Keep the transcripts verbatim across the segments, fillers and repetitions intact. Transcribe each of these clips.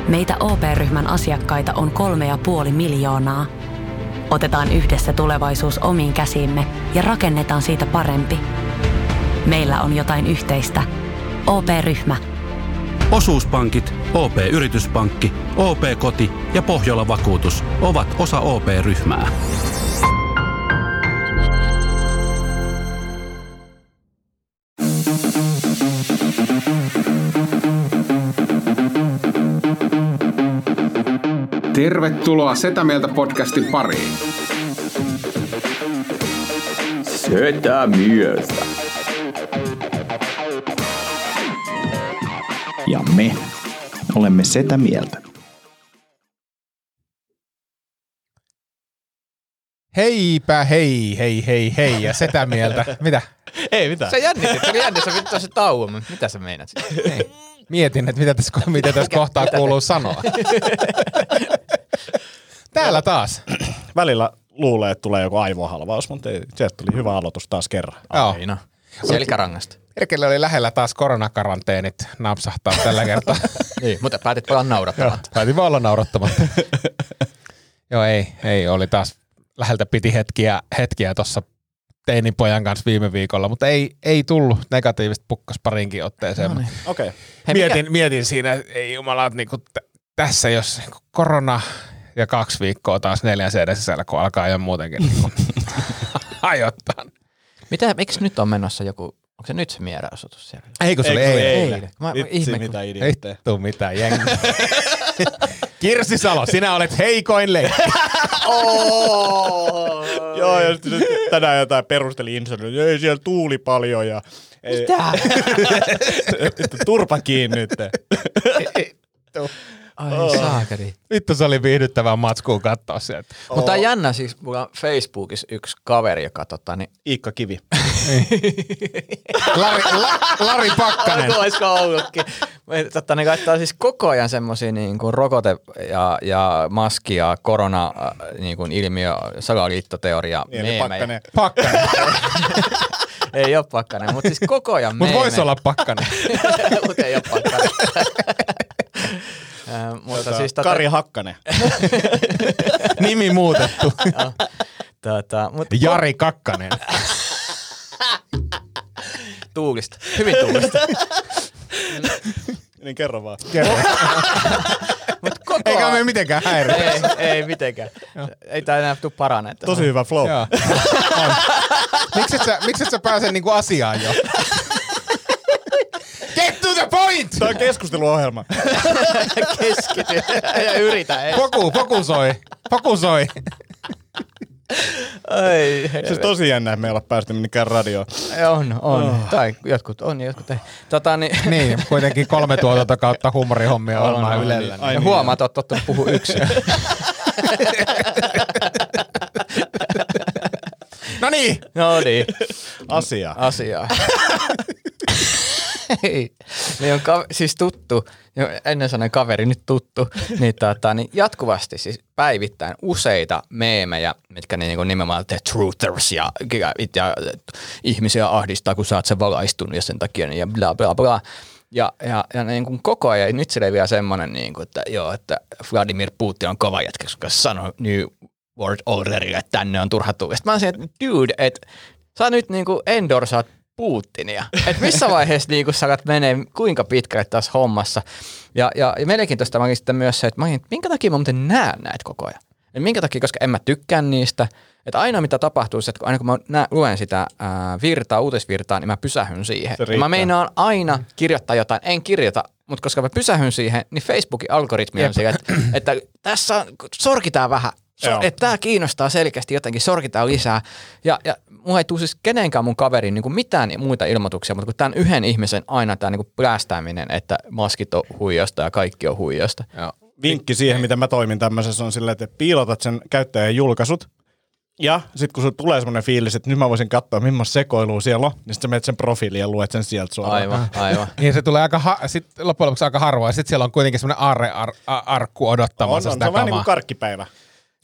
Meitä O P-ryhmän asiakkaita on kolme ja puoli miljoonaa. Otetaan yhdessä tulevaisuus omiin käsiimme ja rakennetaan siitä parempi. Meillä on jotain yhteistä. O P-ryhmä. Osuuspankit, O P-yrityspankki, O P-koti ja Pohjola Vakuutus ovat osa O P-ryhmää. Tervetuloa Setä Mieltä podcastin pariin. Setä Mieltä. Ja me olemme Setä Mieltä. Heipä hei, hei, hei, hei ja Setä Mieltä. Mitä? Ei mitään. Sä jännitit, tuli jännissä vittu se tauon. Mitä sä meinat sitten? Ei. Mietin, että mitä tässä, mitä tässä kohtaa kuuluu sanoa. Täällä taas. Välillä luulee, että tulee joku aivohalvaus, mutta ei, sieltä tuli hyvä aloitus taas kerran. Aina. Selkärangasta. Erkelle oli lähellä taas koronakaranteenit napsahtaa tällä kertaa. Niin, mutta päätit vaan naurattamatta. Päätin vaan olla naurattamatta. Joo, ei, ei, oli taas läheltä piti hetkiä, hetkiä tuossa teinipojan kanssa viime viikolla, mutta ei, ei tullut negatiivista pukkas parinkin otteeseen. No niin. Okei. Okay. Mietin, mietin siinä, ei jumala, että niinku t- tässä jos niinku korona ja kaksi viikkoa taas neljän seiden sisällä, kun alkaa jo muutenkin niinku hajottaa. Mitä, miksi nyt on menossa joku, onko se nyt se mielenosoitus siellä? Eikö se oli eilen? eilen? eilen. Mä, Vitsi, ihme, mitä kun... idiootteja. Ei tuu mitään jengi. Kirsi Salo, sinä olet heikoin leikki. Oh! Joo, ja sitten tänään jotain perusteli Insolille, että ei siellä tuuli paljon ja... Mitä? Turpa kiinni nyt. Ai oh. saakari. Vittu se oli viihdyttävää matskua katsoa sieltä. Oh. Mutta on jännä siis, mulla on Facebookissa yksi kaveri, joka tota niin... Iikka Kivi. Lari, la, Lari Pakkanen. Olisiko ollutkin? Totta niin katsoo siis koko ajan semmosia niin kuin rokote ja, ja maski ja korona niin kuin ilmiö, salaliittoteoria, niin, meemejä. Pakkanen. Ei oo Pakkanen, mutta siis koko ajan meemejä. Mut vois olla Pakkanen. Mut ei oo Pakkanen. Äh, mutta tota, siis tota... Kari Hakkanen. Nimi muutettu. tota, mutta Jari Kakkanen. Tuulista. Hyvin tuulista. Niin kerro vaan. Kerro. Mut koko Eikä me mitenkään häiritä. Ei, ei mitenkään. Ei tää enää tuu paranee. Tosi hyvä flow. Joo. Miksi et sä, miksi et sä pääse niinku asiaan jo? Get to the point! Tämä on keskusteluohjelma. Keskity ja yritä. Foku, fokusoi. Fokusoi. Ai, Siis tosi jännä, että me ei olla päästy minnekään radioon. on, on. Oh. Tai jotkut on, jotkut ei. Tota, niin, niin, kuitenkin kolme tuotanto kautta huumorihommia on varmaan Ylellä. Niin. Ja huomaa, että oot tottunut puhua yksin. No niin. No niin. Asia. Asiaa. Ei. Niin on ka- siis tuttu, ennen sanoin kaveri, nyt tuttu, niin, tata, niin jatkuvasti siis päivittäin useita meemejä, mitkä niin kuin nimenomaan the truthers ja, ja, ja ihmisiä ahdistaa, kun sä oot sen valaistunut ja sen takia ja bla bla bla. Ja, ja, ja niin kuin koko ajan, nyt se vielä semmoinen, niin kuin, että joo, että Vladimir Putin on kova jätkä, koska sanoi New World Orderille, että tänne on turha tulla. Sitten mä olisin, että dude, että sä nyt niin kuin endorsaat Putinia. Että missä vaiheessa niin kun sä alat menee kuinka pitkälle tässä hommassa. Ja, ja, ja mielenkiintoista mä sitten myös se, että mä olin, minkä takia mä muuten näen näitä koko ajan. Ja minkä takia, koska en mä tykkää niistä. Että aina mitä tapahtuu, että aina kun mä nä, luen sitä ää, virtaa, uutisvirtaa, niin mä pysähyn siihen. Mä meinaan aina kirjoittaa jotain, en kirjoita, mutta koska mä pysähyn siihen, niin Facebookin algoritmi on siihen, että, että tässä on, sorkitaan vähän. So, että tää kiinnostaa selkeästi jotenkin, sorkitaan lisää. Ja, ja mulla ei tule siis kenenkään mun kaverin niin kuin mitään muita ilmoituksia, mutta kun tämän yhden ihmisen aina tämä niin plästääminen, että maskit on huijasta ja kaikki on huijasta. Joo. Vinkki siihen, mitä mä toimin tämmöisessä on silleen, että piilotat sen käyttäjän julkaisut. Ja sit kun sulla tulee semmoinen fiilis, että nyt mä voisin katsoa, millaista sekoilua siellä on, niin sit sä menet sen profiiliin ja luet sen sieltä suoraan. Aivan, aivan. Niin se tulee aika, ha- sit loppujen lopuksi aika harvoin, ja sit siellä on kuitenkin semmoinen aarrearkku odottamassa on, on, sitä se on kamaa. vähän niin kuin karkkipäivä.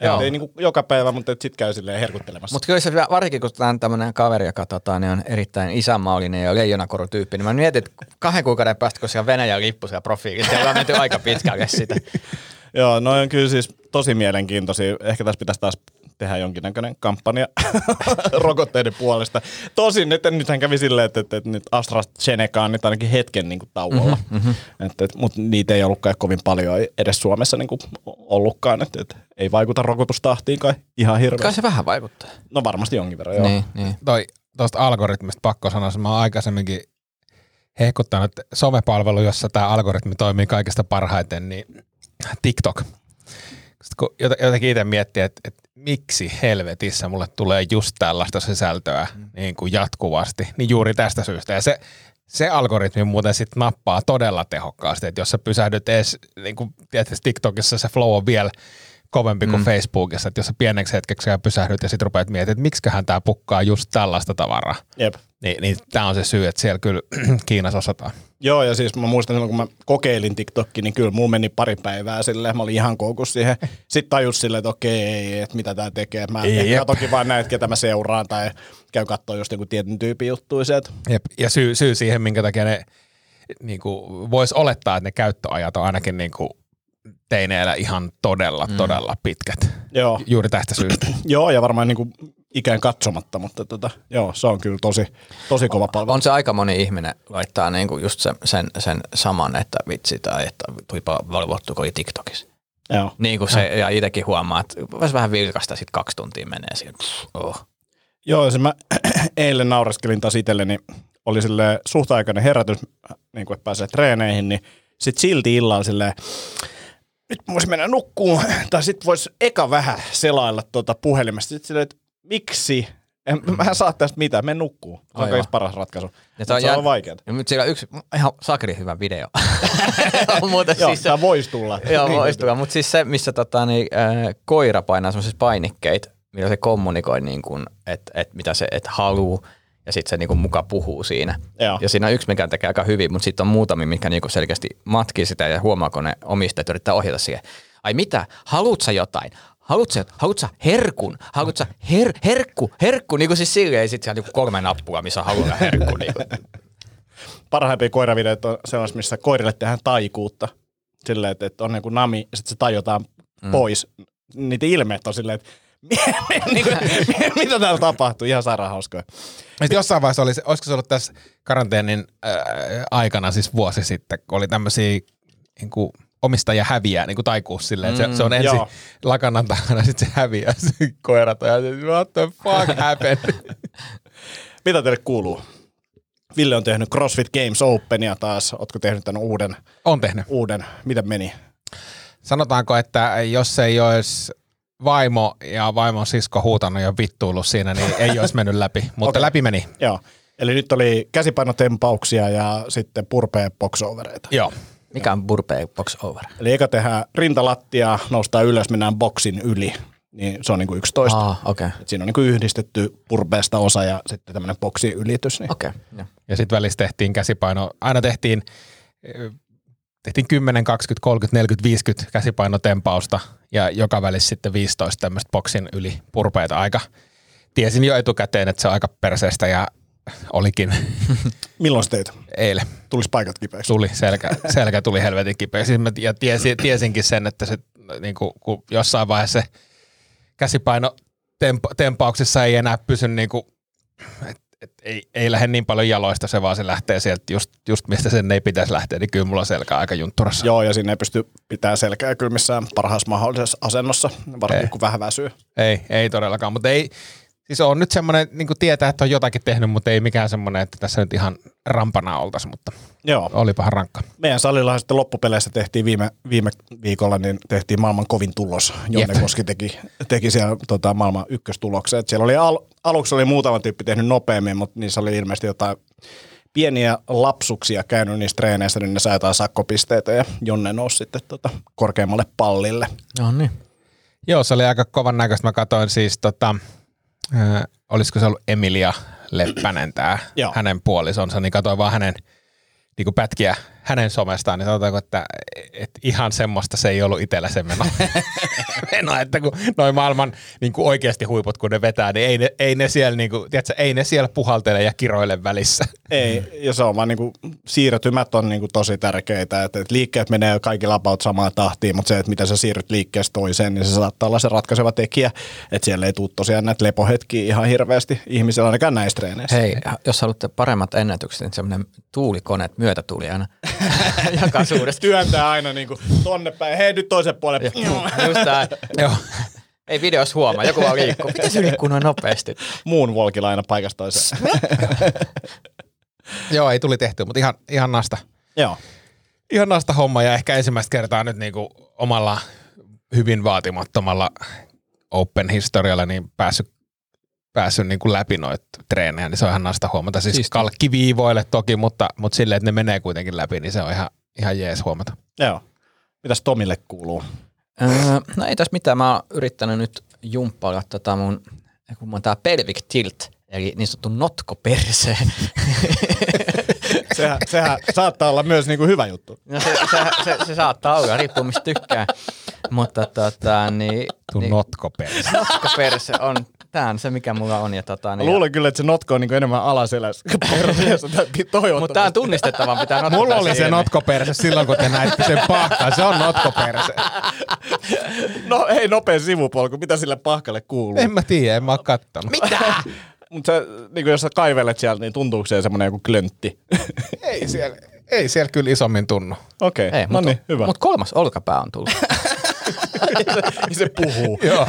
Ei niinku joka päivä, mutta sit käy silleen herkuttelemassa. Mutta kyllä se varsinkin, kun tämä on tämmöinen kaveri, joka tota, niin on erittäin isänmaallinen ja leijonakorutyyppi, niin mä mietin, että kahden kuukauden päästä, kun siellä Venäjän lippu siellä profiilissa, siellä on menty aika pitkälle sitä. Joo, no on kyllä siis tosi mielenkiintoisia. Ehkä tässä pitäisi taas tehdä jonkinnäköinen kampanja rokotteiden puolesta. Tosin nyt, nythän kävi silleen, että, että, että nyt AstraZeneca on nyt ainakin hetken niin kuin tauolla. Mm-hmm. Että, että, mutta niitä ei ollutkaan kovin paljon edes Suomessa niin kuin ollutkaan. Että, että ei vaikuta rokotustahtiin kai ihan hirveästi. Kai se vähän vaikuttaa. No varmasti jonkin verran, joo. Niin, niin. Toi, tuosta algoritmista pakko sanoa, että mä oon aikaisemminkin hehkuttanut, että somepalvelu, jossa tämä algoritmi toimii kaikista parhaiten, niin TikTok. Sitten kun jotenkin itse miettii, että, että miksi helvetissä mulle tulee just tällaista sisältöä mm. niin kuin jatkuvasti, niin juuri tästä syystä. Ja se, se algoritmi muuten sitten nappaa todella tehokkaasti, että jos sä pysähdyt edes, niin kuin tietysti TikTokissa se flow on vielä kovempi kuin mm. Facebookissa, että jos sä pieneksi hetkeksi pysähdyt ja sitten rupeat miettimään, että miksiköhän tää pukkaa just tällaista tavaraa. Jep. Niin, niin tää on se syy, että siellä kyllä Kiinassa osataan. Joo, ja siis mä muistan silloin, kun mä kokeilin TikTokki, niin kyllä mulla meni pari päivää silleen, mä olin ihan koukussa siihen. Sitten tajus silleen, että okei, että mitä tää tekee. Mä toki vaan näet, ketä mä seuraan, tai käy kattoo just joku tietyn tyypin juttuja sieltä. Jep. Ja syy, syy siihen, minkä takia ne niin voisi olettaa, että ne käyttöajat on ainakin niin kuin teineillä ihan todella, mm. todella pitkät. Joo. Juuri tästä syystä. Joo, ja varmaan niin kuin ikään katsomatta, mutta tota, joo, se on kyllä tosi, tosi kova palvelu. On se aika moni ihminen laittaa niinku just sen, sen, sen saman, että vitsi tai että tuipa valvottuko oli TikTokissa. Joo. Niin kuin se, ja itsekin huomaa, että voisi vähän vilkasta, sitten kaksi tuntia menee siihen. Oh. Joo, se mä eilen naureskelin taas itselleni, oli silleen suht aikainen herätys, niin kuin että pääsee treeneihin, niin sit silti illalla silleen, nyt voisi mennä nukkuun, tai sit voisi eka vähän selailla tuota puhelimesta. Sitten silleen, että miksi? En, mä en saa tästä mitään, mene nukkuu. Se on kaikista paras ratkaisu. Ja se on, jää... on vaikeaa. Mutta siellä on yksi ihan sakri hyvä video. Muuta joo, siis tämä voisi tulla. Joo, voisi tulla. Mutta siis se, missä tota, niin, äh, koira painaa semmoisessa painikkeita, millä se kommunikoi, niin että et, mitä se et haluu, ja sitten se niin kuin, muka puhuu siinä. Joo. Ja siinä on yksi, mikä tekee aika hyvin, mutta sitten on muutamia, mitkä niin kuin, selkeästi matkii sitä, ja huomaako ne omistajat yrittää ohjata siihen. Ai mitä? Haluut sä jotain? Haluatko haluat herkun? Haluatko her, herkku? Herkku? Niin kuin siis silleen, sit siellä on kolme nappua, missä on haluaa herkku. Niin parhaimpia koiravideoita on sellaisia, missä koirille tehdään taikuutta. Silleen, että, että on niin kuin nami ja sitten se tajotaan mm. pois. Niitä ilmeet on silleen, että niin kuin, mitä täällä tapahtuu? Ihan sairaan hauskoja. Jossain vaiheessa oli, olisiko se ollut tässä karanteenin äh, aikana, siis vuosi sitten, kun oli tämmöisiä niin kuin omistaja häviää, niin kuin taikuus silleen, että mm, se, se on ensin joo. lakanan takana, sitten se häviää, se koirat on ja se, what the fuck happened? Mitä teille kuuluu? Ville on tehnyt CrossFit Games Openia taas, ootko tehnyt tämän uuden? On tehnyt. Uuden, mitä meni? Sanotaanko, että jos ei olisi vaimo ja vaimon sisko huutanut ja vittuillut siinä, niin ei olisi mennyt läpi, mutta okay. läpi meni. Joo, eli nyt oli käsipainotempauksia ja sitten purpea box-overeita. Joo. Mikä on burpee box over? Eli eka tehdään rintalattia, noustaan ylös, mennään boksin yli. Niin se on niinku yksitoista. Ah, okay. Et siinä on niinku yhdistetty purpeesta osa ja sitten tämmöinen boksin ylitys. Niin. Okay, ja ja sitten välissä tehtiin käsipaino, aina tehtiin, tehtiin kymmenen, kaksikymmentä, kolmekymmentä, neljäkymmentä, viisikymmentä käsipainotempausta ja joka välissä sitten viisitoista tämmöistä boksin yli purpeita aika. Tiesin jo etukäteen, että se on aika perseestä ja olikin. Milloin sä teit? Eilen. Tulis paikat kipeäksi? Tuli, selkä, selkä tuli helvetin kipeäksi. Siis ja tiesin, tiesinkin sen, että se, niin kuin, kun jossain vaiheessa se käsipaino tempa, tempauksissa ei enää pysy, niin kuin, et, et, ei, ei lähde niin paljon jaloista, se vaan se lähtee sieltä just, just mistä sen ei pitäisi lähteä, niin kyllä mulla on selkä aika juntturassa. Joo, ja siinä ei pysty pitää selkää kyllä missään parhaassa mahdollisessa asennossa, varsinkin kun vähän väsyy. Ei, ei todellakaan, mutta ei. Siis on nyt semmoinen, niin kuin tietää, että on jotakin tehnyt, mutta ei mikään semmoinen, että tässä nyt ihan rampana oltaisi, mutta joo. Olipahan rankka. Meidän salilla sitten loppupeleissä tehtiin viime, viime viikolla, niin tehtiin maailman kovin tulos. Jonne Koski teki, teki siellä tota, maailman ykköstuloksen. Et siellä oli al, aluksi oli muutama tyyppi tehnyt nopeammin, mutta niissä oli ilmeisesti jotain pieniä lapsuksia käynyt niissä treeneissä, niin ne sai jotain sakkopisteitä ja Jonne nousi sitten tota, korkeammalle pallille. No niin. Joo, se oli aika kovan näköistä. Mä katsoin siis tota... Äh, olisiko se ollut Emilia Leppänen tämä hänen puolisonsa, niin katsoin vaan hänen niin kuin pätkiä hänen somestaan, niin sanotaanko, että, että ihan semmoista se ei ollut itsellä se meno. meno että kun noin maailman niin kuin oikeasti huiput, kun ne vetää, niin ei ne, ei ne, siellä, niin kuin, tiedätkö, ei ne siellä puhaltele ja kiroile välissä. Ei, ja se on vaan niin kuin, siirtymät on niin kuin tosi tärkeitä, että, että liikkeet menee kaikki lapaut samaan tahtiin, mutta se, että miten sä siirryt liikkeestä toiseen, niin se saattaa olla se ratkaiseva tekijä, että siellä ei tule tosiaan näitä lepohetkiä ihan hirveästi ihmisillä ainakaan näissä treeneissä. Hei, jos haluatte paremmat ennätykset, niin semmoinen tuulikone, myötätuuli aina jakaa suuresti. Työntää aina niin kuin tonne päin, hei nyt toisen puolen. Just tää. Joo. Ei videossa huomaa, joku vaan liikkuu. Miten se liikkuu noin nopeasti? Muun volkilla aina paikasta toiseen. Joo, ei tuli tehtyä, mutta ihan, ihan nasta. Joo. Ihan nasta homma ja ehkä ensimmäistä kertaa nyt niinku omalla hyvin vaatimattomalla Open-historialla niin päässyt, päässyt niinku läpi noita treenejä, niin se on ihan nasta huomata. Siis Siisti. Kalkkiviivoille toki, mutta, mutta silleen, että ne menee kuitenkin läpi, niin se on ihan, ihan jees huomata. Joo. Mitäs Tomille kuuluu? Öö, no ei tässä mitään. Mä oon yrittänyt nyt jumppailla tota mun, kun mun tää pelvic tilt, eli niin sanottu notkoperseen. Sehän, sehän saattaa olla myös niinku hyvä juttu. No se, se, se, se saattaa olla, riippuu mistä tykkää. Mutta tota niin... Tuo niin, notkoperse. Notkoperse on, tää on se mikä mulla on. Ja tota, niin, luulen kyllä, että se notko on niinku enemmän alaselässä perseessä. Mutta tää on tunnistettava, pitää notkoperse. Mulla oli se notkoperse silloin, kun te näitte sen pahkaan. Se on notkoperse. No ei nopea sivupolku. Mitä sille pahkalle kuuluu? En mä tiedä, en mä oo kattonut. Mitä? Mutta niin jos sä kaivelet sieltä, niin tuntuuko se semmoinen joku klöntti? Ei siellä, ei siellä kyllä isommin tunnu. Okei, okay. no niin, hyvä. Mutta kolmas olkapää on tullut. se, se puhuu. Joo.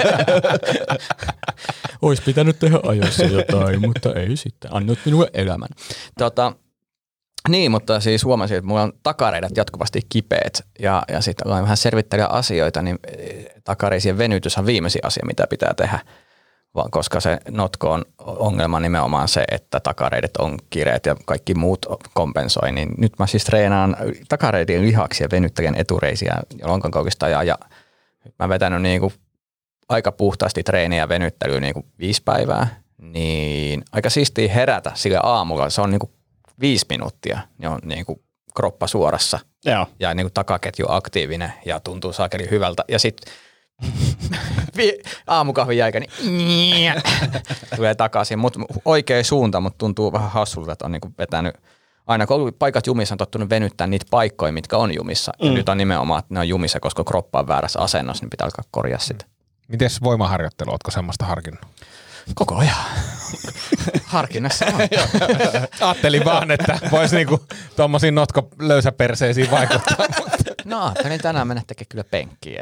Ois pitänyt tehdä ajoissa jotain, mutta ei sitten. Annot minulle elämän. Tota, niin, mutta siis huomasin, että mulla on takareidat jatkuvasti kipeät ja, ja sitten ollaan vähän servittelijä asioita, niin takareisien venytys on viimeisin asia, mitä pitää tehdä. Koska se notko on ongelma nimenomaan se, että takareidet on kireet ja kaikki muut kompensoi, niin nyt mä siis treenaan takareidien lihaksia, venyttäjän etureisiä ja lonkankoukista ja, ja mä oon vetänyt niinku aika puhtaasti treeniä ja venyttelyä niinku viisi päivää, niin aika siistiä herätä sille aamulla, se on niinku viisi minuuttia, niin on niinku kroppa suorassa. Joo. Ja niinku takaketju aktiivinen ja tuntuu saakeli hyvältä ja sitten aamukahvin jälkeen niin tulee takaisin, mutta oikea suunta, mutta tuntuu vähän hassulta, että on niinku vetänyt, aina kun paikat jumissa on tottunut venyttää niitä paikkoja, mitkä on jumissa. Mm. Ja nyt on nimenomaan, että ne on jumissa, koska kroppa on väärässä asennossa, niin pitää alkaa korjaa sitä. Mites voimaharjoittelu, ootko semmoista harkinnut? Koko ajan. Harkinnassa on. Ajattelin vaan, että voisi niinku tuommoisiin notko löysäperseisiin vaikuttaa. No ajattelin tänään mennä tekemään kyllä penkkiä.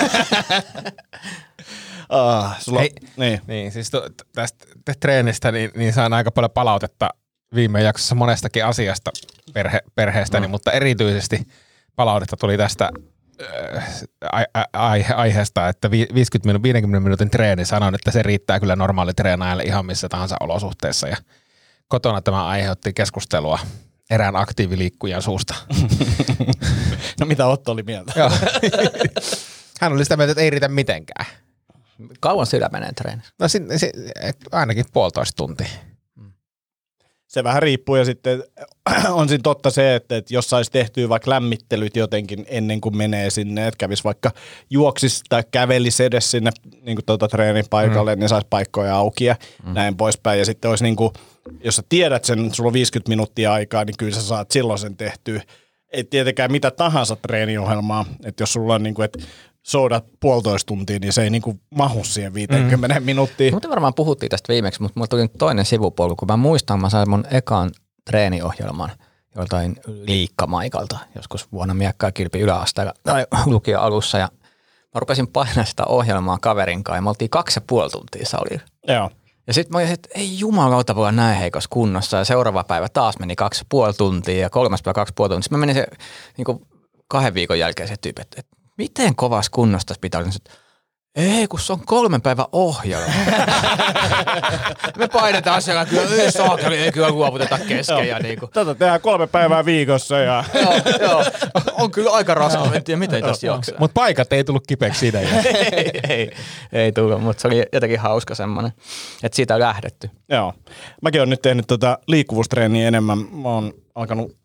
ah, sulla, Hei, niin. niin, siis to, tästä treenistä niin, niin saan aika paljon palautetta viime jaksossa monestakin asiasta perhe, perheestäni, mm. mutta erityisesti palautetta tuli tästä äh, aihe, aiheesta, että viisikymmentä, viidenkymmenen minuutin treeni sanon, että se riittää kyllä normaali treenaajalle ihan missä tahansa olosuhteessa ja kotona tämä aiheutti keskustelua erään aktiiviliikkujan suusta. No mitä Otto oli mieltä? Joo. Hän oli sitä mieltä, että ei riitä mitenkään. Kauan sillä menee treenissä? No si, si, ainakin puolitoista tuntia. Se vähän riippuu ja sitten on siinä totta se, että, että jos saisi tehtyä vaikka lämmittelyt jotenkin ennen kuin menee sinne, että kävisi vaikka juoksisi tai kävelisi edes sinne niin kuin tuota treenin paikalle, mm. niin saisi paikkoja auki ja mm. näin poispäin. Ja sitten olisi niin kuin, jos sä tiedät sen, että sulla on viisikymmentä minuuttia aikaa, niin kyllä sä saat silloin sen tehtyä. Ei tietenkään mitä tahansa treeniohjelmaa, että jos sulla on niin kuin, että soudat puolitoista tuntia, niin se ei niinku mahu siihen viisikymmentä mm. minuuttia. Mutta varmaan puhuttiin tästä viimeksi, mutta mulla tuli nyt toinen sivupolku, kun mä muistan, mä sain mun ekan treeniohjelman joltain liikkamaikalta, joskus vuonna miekkaa kilpi yläasteella tai lukio alussa, ja mä rupesin painaa sitä ohjelmaa kaverin kanssa, ja me oltiin kaksi ja puoli tuntia salilla. Joo. Ja sitten mä olin, että ei jumalauta voi olla näin heikossa kunnossa, ja seuraava päivä taas meni kaksi ja puoli tuntia, ja kolmas päivä kaksi ja puoli tuntia. Sitten mä menin se niin kuin kahden viikon jälkeen se tyyppi, että miten kovassa kunnossa pitää olla? Ei, kun se on kolmen päivän ohjelma. Me painetaan siellä, kyllä ei saakeli, ei kyllä luovuteta kesken. Ja niin kuin. Tätä tehdään kolme päivää viikossa. Ja. joo, joo, on kyllä aika raskaa, en tiedä miten tässä jaksaa. Mutta paikat ei tullut kipeäksi siinä. ei, ei, ei tullut, mutta se oli jotenkin hauska semmoinen, että siitä on lähdetty. Joo, mäkin olen nyt tehnyt tota liikkuvuustreeniä enemmän. Mä oon alkanut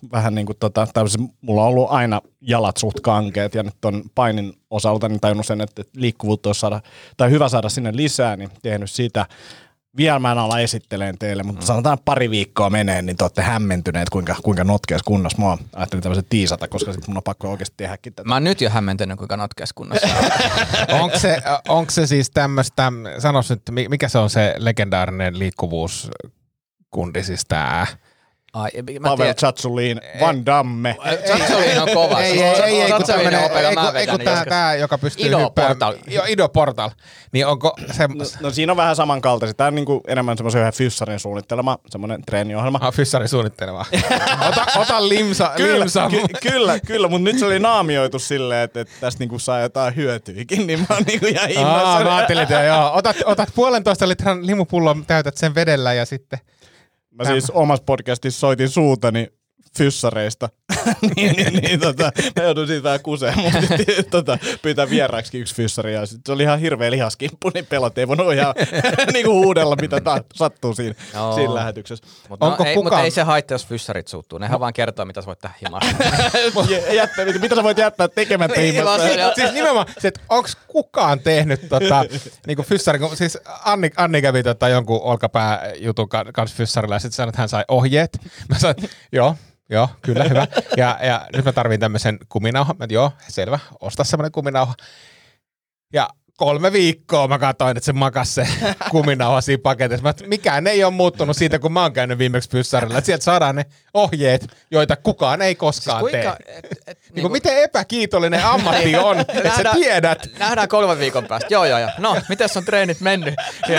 vähän niin kuin tota, mulla on ollut aina jalat suht kankeet ja nyt ton painin osalta niin tajunnut sen, että liikkuvuutta olisi saada, tai hyvä saada sinne lisää, niin tehnyt sitä. Vielä mä en ala esitteleen teille, mutta mm. sanotaan pari viikkoa menee, niin te olette hämmentyneet, kuinka, kuinka notkeassa kunnossa mä oon. Ajattelin tämmöisen tiisata, koska sit mun on pakko oikeasti tehdäkin tätä. Mä oon nyt jo hämmentynyt, kuinka notkeassa kunnossa. Onko se, onko se siis tämmöistä, sanois nyt, mikä se on se legendaarinen liikkuvuuskundi, siis tää? Ai, Pavel Tsatsouline, Van Damme. Tsatsouline on kova. Ei, ei, ei, ei, kun tämmönen, ei, kun tää, tää, joka pystyy Ido hyppään. Portal. Joo, Ido Portal. Niin onko se... No, no siinä on vähän samankaltaisia. Tää on niinku enemmän semmoisen yhden fyssarin suunnittelema, semmoinen treeniohjelma. Ah, fyssarin suunnittelema. ota, ota limsa. Kyllä, limsa. ky- kyllä, kyllä, mutta nyt se oli naamioitu silleen, että, että tästä niinku saa jotain hyötyykin, niin mä oon niinku ihan innoissani. Aa, mä ajattelin, että joo. Otat, otat puolentoista litran limupullon, täytät sen vedellä ja sitten... Mä siis omassa podcastissa soitin suutani fyssareista, niin, niin, niin tota, mä joudun siitä vähän kuseen, mutta tota, pyytää vieraaksi yksi fyssari, ja sit se oli ihan hirveä lihaskimppu, niin pelot ei voinut ihan niinku huudella, mitä ta- sattuu siinä, no. siinä lähetyksessä. Mutta no, ei, mut ei se haittaa, jos fyssarit suuttuu, nehän no. vaan kertoo, mitä sä voit tehdä himassa. Jättä, mitä sä voit jättää tekemättä himassa? Siis nimenomaan, että onko kukaan tehnyt tota, niinku fyssari, kun siis Anni, Anni kävi tota jonkun olkapääjutun kanssa fyssarilla, ja sitten sanoi, että hän sai ohjeet. Mä sanoin, joo. Joo, kyllä, hyvä. Ja, ja nyt mä tarviin tämmöisen kuminauhan. Mä, joo, selvä, osta semmoinen kuminauha. Ja kolme viikkoa mä katsoin, että se makas se kuminauha siinä paketissa. Mä, mikään ei ole muuttunut siitä, kun mä oon käynyt viimeksi fyssarilla. Että sieltä saadaan ne ohjeet, joita kukaan ei koskaan siis kuinka, tee. Et, et, niin niin kuin, miten epäkiitollinen ammatti on, että sä tiedät. Nähdään kolmen viikon päästä. Joo, joo, joo. No, miten on treenit mennyt?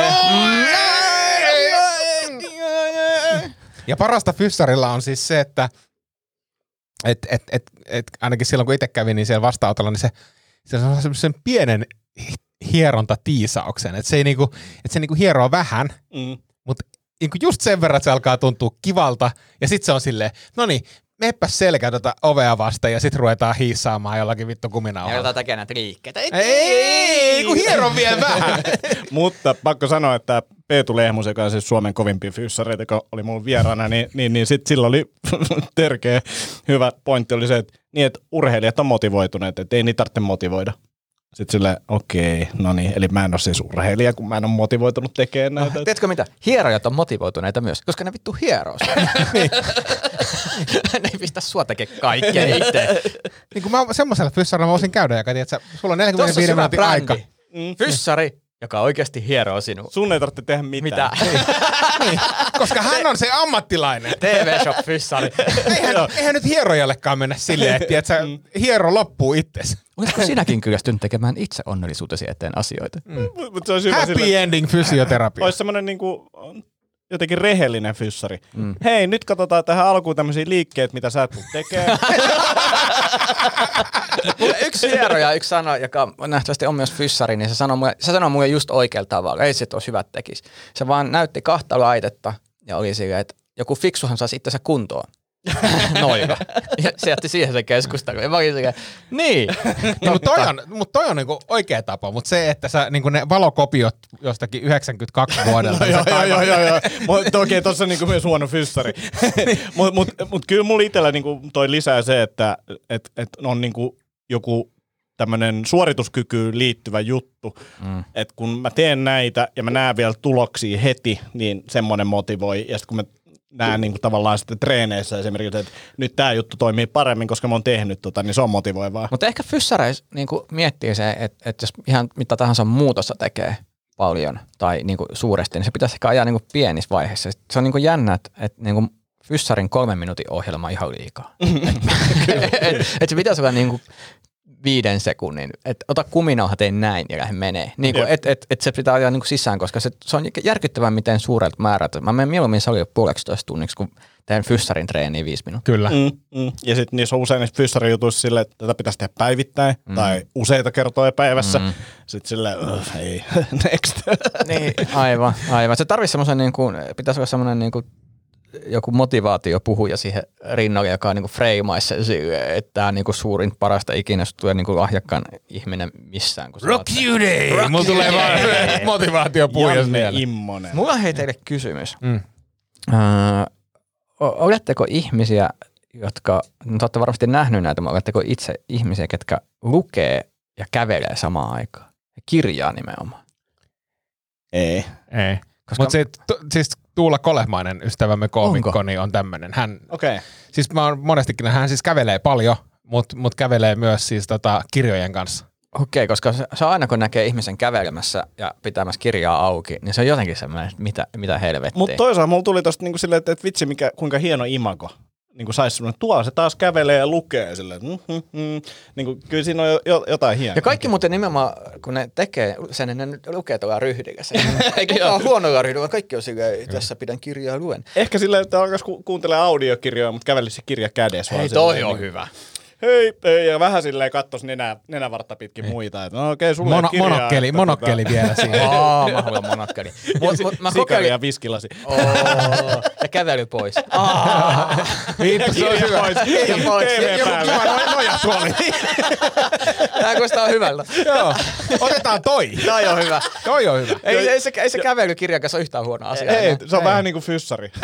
Ja parasta fyssarilla on siis se, että et, et, et, et ainakin silloin kun itse kävin niin siellä vastaanotolla, niin se, se on semmoisen pienen hierontatiisauksen, että se, ei niinku, et se niinku hieroo vähän, mm. mutta niinku just sen verran, että se alkaa tuntua kivalta ja sitten se on silleen, no niin, meppä selkä tuota ovea vasta ja sit ruvetaan hiissaamaan jollakin vittu kuminauhalla. Ja jotain tekee näitä liikkeitä. Ei, ei, kun hieron vielä vähän. Mutta pakko sanoa, että Peetu Lehmus, joka on siis Suomen kovimpia fyssareita, joka oli mun vieraana, niin, niin, niin sit sillä oli törkeä hyvä pointti oli se, että, niin, että urheilijat on motivoituneet, että ei niitä tarvitse motivoida. Sitten silleen, okei, no niin, eli mä en ole siis urheilija, kun mä en ole motivoitunut tekemään näitä. No, tiedätkö mitä? Hierojat on motivoituneita myös, koska ne vittu hieroo. Ne ei pistä sua tekemään kaikkea itse. Niin kuin mä semmoisella fyssarilla mä voisin käydä, joka tiedät, sulla on neljäkymmentäviisi minuutin aika. Mm. Fyssari, joka oikeasti hieroo sinua. Sun ei tarvitse tehdä mitään. Mitä? Niin, koska hän on se ammattilainen. T V-shop-fyssari. Eihän, eihän nyt hierojallekaan mennä silleen, että tiedät, sä hiero loppuu itsesi. Oletko sinäkin kyllästynyt tekemään itse onnellisuutesi eteen asioita? Mm. Happy sille, ending fysioterapia. Olisi semmoinen niinku, jotenkin rehellinen fyssari. Mm. Hei, nyt katsotaan tähän alkuun tämmöisiä liikkeet, mitä sä et tuu tekemään. Yksi hieroja, yksi sana, joka nähtävästi on myös fyssari, niin se sanoi mulle, se sanoi mulle just oikealla tavalla. Ei se, että olisi hyvät tekisi. Se vaan näytti kahta laitetta ja oli silleen, että joku fiksuhan saisi itsensä kuntoon. Noilla. Ja se jätti siihen se keskustelu. Ja mä olin silleen, niin. No, mutta toi on, mut toi on niinku oikea tapa, mutta se, että sä niinku ne valokopiot jostakin yhdeksänkymmentäkaksi vuodelta. Joo, joo, joo, joo, joo. Mutta okei, tossa on niinku myös huono fyssari. Mutta mut, mut kyllä mulla itsellä niinku toi lisää se, että et, et on niinku joku tämmönen suorituskykyyn liittyvä juttu, mm. että kun mä teen näitä ja mä näen vielä tuloksia heti, niin semmoinen motivoi. Ja sitten kun mä näen niin kuin tavallaan sitten treeneissä esimerkiksi, että nyt tämä juttu toimii paremmin, koska mä oon tehnyt tota, niin se on motivoivaa. Mutta ehkä fyssareissa niin miettii se, että, että jos ihan mitä tahansa muutosta tekee paljon tai niin kuin suuresti, niin se pitäisi ehkä ajaa niin kuin pienissä vaiheissa. Se on niin kuin jännä, että, että niin kuin fyssarin kolmen minuutin ohjelma on ihan liikaa. Että et, et se pitäisi olla niin kuin viiden sekunnin, että ota kuminauha, tein näin ja lähden menee. Niin kuin, että et, et se pitää ajaa niin kuin sisään, koska se, se on järkyttävän miten suurelta määrältä. Mä menen mieluummin salille puoleksitoista tunniksi, kun teen fyssarin treeniä viisi minuuttia. Kyllä. Mm, mm. Ja sitten niissä on usein niissä fyssarijutuissa silleen, että tätä pitäisi tehdä päivittäin mm. tai useita kertoja päivässä. Mm. Sitten silleen, ei, next. Niin, aivan, aivan. Se tarvitsisi semmoisen, niin kuin, pitäisi olla semmoinen niin kuin joku motivaatiopuhuja siihen rinnalle, joka on niinku freimaissa, että tämä on niinku suurin parasta ikinä, jos tulee niinku lahjakkaan ihminen missään. Rock you day! Mulla tulee vaan motivaatiopuhuja mieleen. Mulla on hei teille kysymys. Mm. Uh, oletteko ihmisiä, jotka, no te olette varmasti nähnyt näitä, mutta oletteko itse ihmisiä, ketkä lukee ja kävelee samaan aikaan? Ja kirjaa nimenomaan. Ei. Ei. Koska... Mutta siis Tuula Kolehmainen, ystävämme koomikko, niin on tämmöinen. Hän, okay. Siis mä oon monestikin, hän siis kävelee paljon, mutta mut kävelee myös siis tota kirjojen kanssa. Okei, koska se, se on aina kun näkee ihmisen kävelemässä ja pitämässä kirjaa auki, niin se on jotenkin semmoinen, että mitä, mitä helvettiä. Mutta toisaalta mulla tuli tosta niinku silleen, että, että vitsi mikä, kuinka hieno imago. Niin kuin saisi semmoinen, tuolla se taas kävelee ja lukee silleen, mm, mm, mm. Niin kuin, kyllä siinä on jo, jo, jotain hienoa. Ja kaikki muuten nimenomaan, kun ne tekee sen, niin ne lukee tuolla ryhdillä sen. Ei kukaan huonolla ryhdillä, vaan kaikki on silleen, tässä pidän kirjaa luen. Ehkä silleen, että alkaisi ku- kuuntelemaan audiokirjoja, mutta kävelisi se kirja kädessä. Hei, toi on niin, hyvä. Hei, hei, ja vähän silleen kattoisi nenä, nenävartta pitkin muita. Että, no okei, okay, sulle Mono, kirjaa. Monokkeli, että, monokkeli tota... vielä siinä. Aa, mä haluan monokkeli. Mut, mut, mä Sikari ja viskilasi. Oh, ja kävely pois. Viittu, se on hyvä. Pois. Kirja pois. T V päälle. Kiva noin nojatuoli. Tää kuulostaa hyvältä. Joo, otetaan toi. Toi on hyvä. Toi on hyvä. Ei, ei, se, ei se kävelykirjan kanssa ole yhtään huono asia. Ei, se on ei. vähän niin kuin fyssari.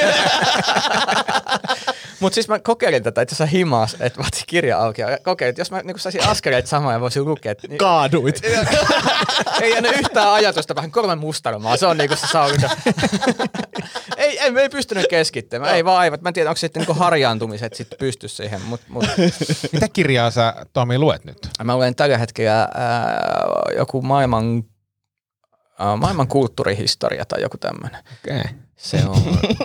Mutta siis mä kokeilin tätä itse asiassa himas, että mä otin kirja auki ja kokeilin, että jos mä niin saisin askeleet samoja ja voisin lukea. Niin... Kaaduit. Ei jäänyt yhtään ajatusta, vähän kolme mustarmaa, se on niinku se sauvinta. ei, ei, ei pystynyt keskittymään, ei vaan aivat. Mä en tiedä, onko sitten niinku harjaantumiset sit pysty siihen. Mut, mut. Mitä kirjaa sä, Tomi, luet nyt? Mä luen tällä hetkellä ää, joku maailman, ää, maailman kulttuurihistoria tai joku tämmönen. Okei. Okay. Se on...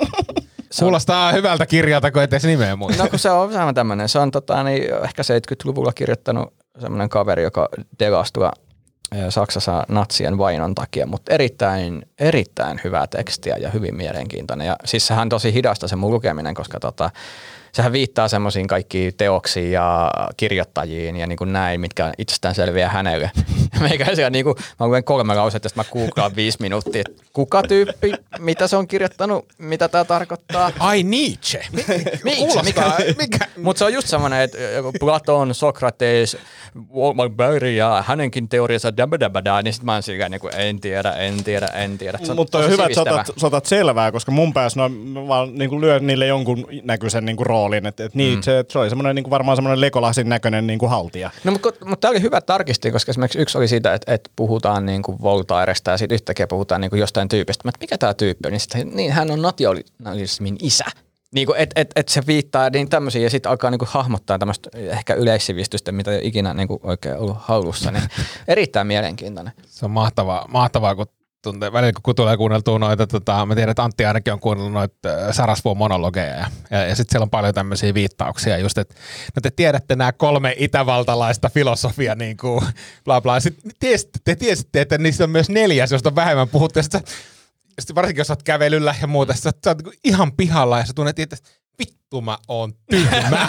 Se Kuulostaa hyvältä kirjalta, kun et edes nimeä muista. No kun se on vähän tämmöinen. Se on tota, niin, ehkä seitsemänkymmentäluvulla kirjoittanut semmoinen kaveri, joka delastui Saksassa natsien vainon takia, mutta erittäin, erittäin hyvää tekstiä ja hyvin mielenkiintoinen. Ja siis sehän on tosi hidasta se mun lukeminen, koska tota, sehän viittaa semmoisiin kaikkiin teoksiin ja kirjoittajiin ja niin kuin näin, mitkä on itsestään selviä hänelle. Meikäisiä niin kuin, mä luen kolme lausetta, että mä googlaan viisi minuuttia, että kuka tyyppi, mitä se on kirjoittanut, mitä tää tarkoittaa. Ai Nietzsche. Nietzsche, mikä, mikä? Mutta se on just semmoinen, että Platon, Sokrates, Walmart Berry ja hänenkin teoriansa dabadabada, niin sit mä oon silleen niin kuin en tiedä, en tiedä, en tiedä. Mutta on hyvä, että sä otat selvää, koska mun päässä no, vaan niin kuin lyön niille jonkun näköisen niin kuin roolin, että et niin, mm. se, se oli semmoinen niin kuin varmaan semmoinen Legolasin näköinen niin kuin haltija. No mutta mut tää oli hyvä tarkistin, koska esimerkiksi yksi oli siitä, että, että puhutaan niin kuin Voltairesta ja sitten yhtäkkiä puhutaan niin kuin jostain tyypistä. Mä, että mikä tää tyyppi on? Niin, sitten, niin hän on nationalismin isä. Niin kuin, et, et, et se viittaa niin tämmöisiä ja sitten alkaa niin kuin hahmottaa tämmöistä ehkä yleissivistystä, mitä ei ole ikinä niin kuin oikein ollut hallussa. Niin erittäin mielenkiintoinen. Se on mahtavaa, mahtavaa kun tuntee, välillä kun tulee kuunneltua noita, tota, mä tiedän, että Antti ainakin on kuunnellut noita Sarasvuon monologeja ja, ja, ja sitten siellä on paljon tämmöisiä viittauksia just, että no te tiedätte nämä kolme itävaltalaista filosofia niin kuin bla bla. Sitten tiesitte, te tiesitte, että niistä on myös neljäs, josta on vähemmän puhuttu ja sitten Sitten varsinkin jos olet kävelyllä ja muuta, sä, sä oot ihan pihalla ja sä tunnet itse, että vittu mä oon tyhmä.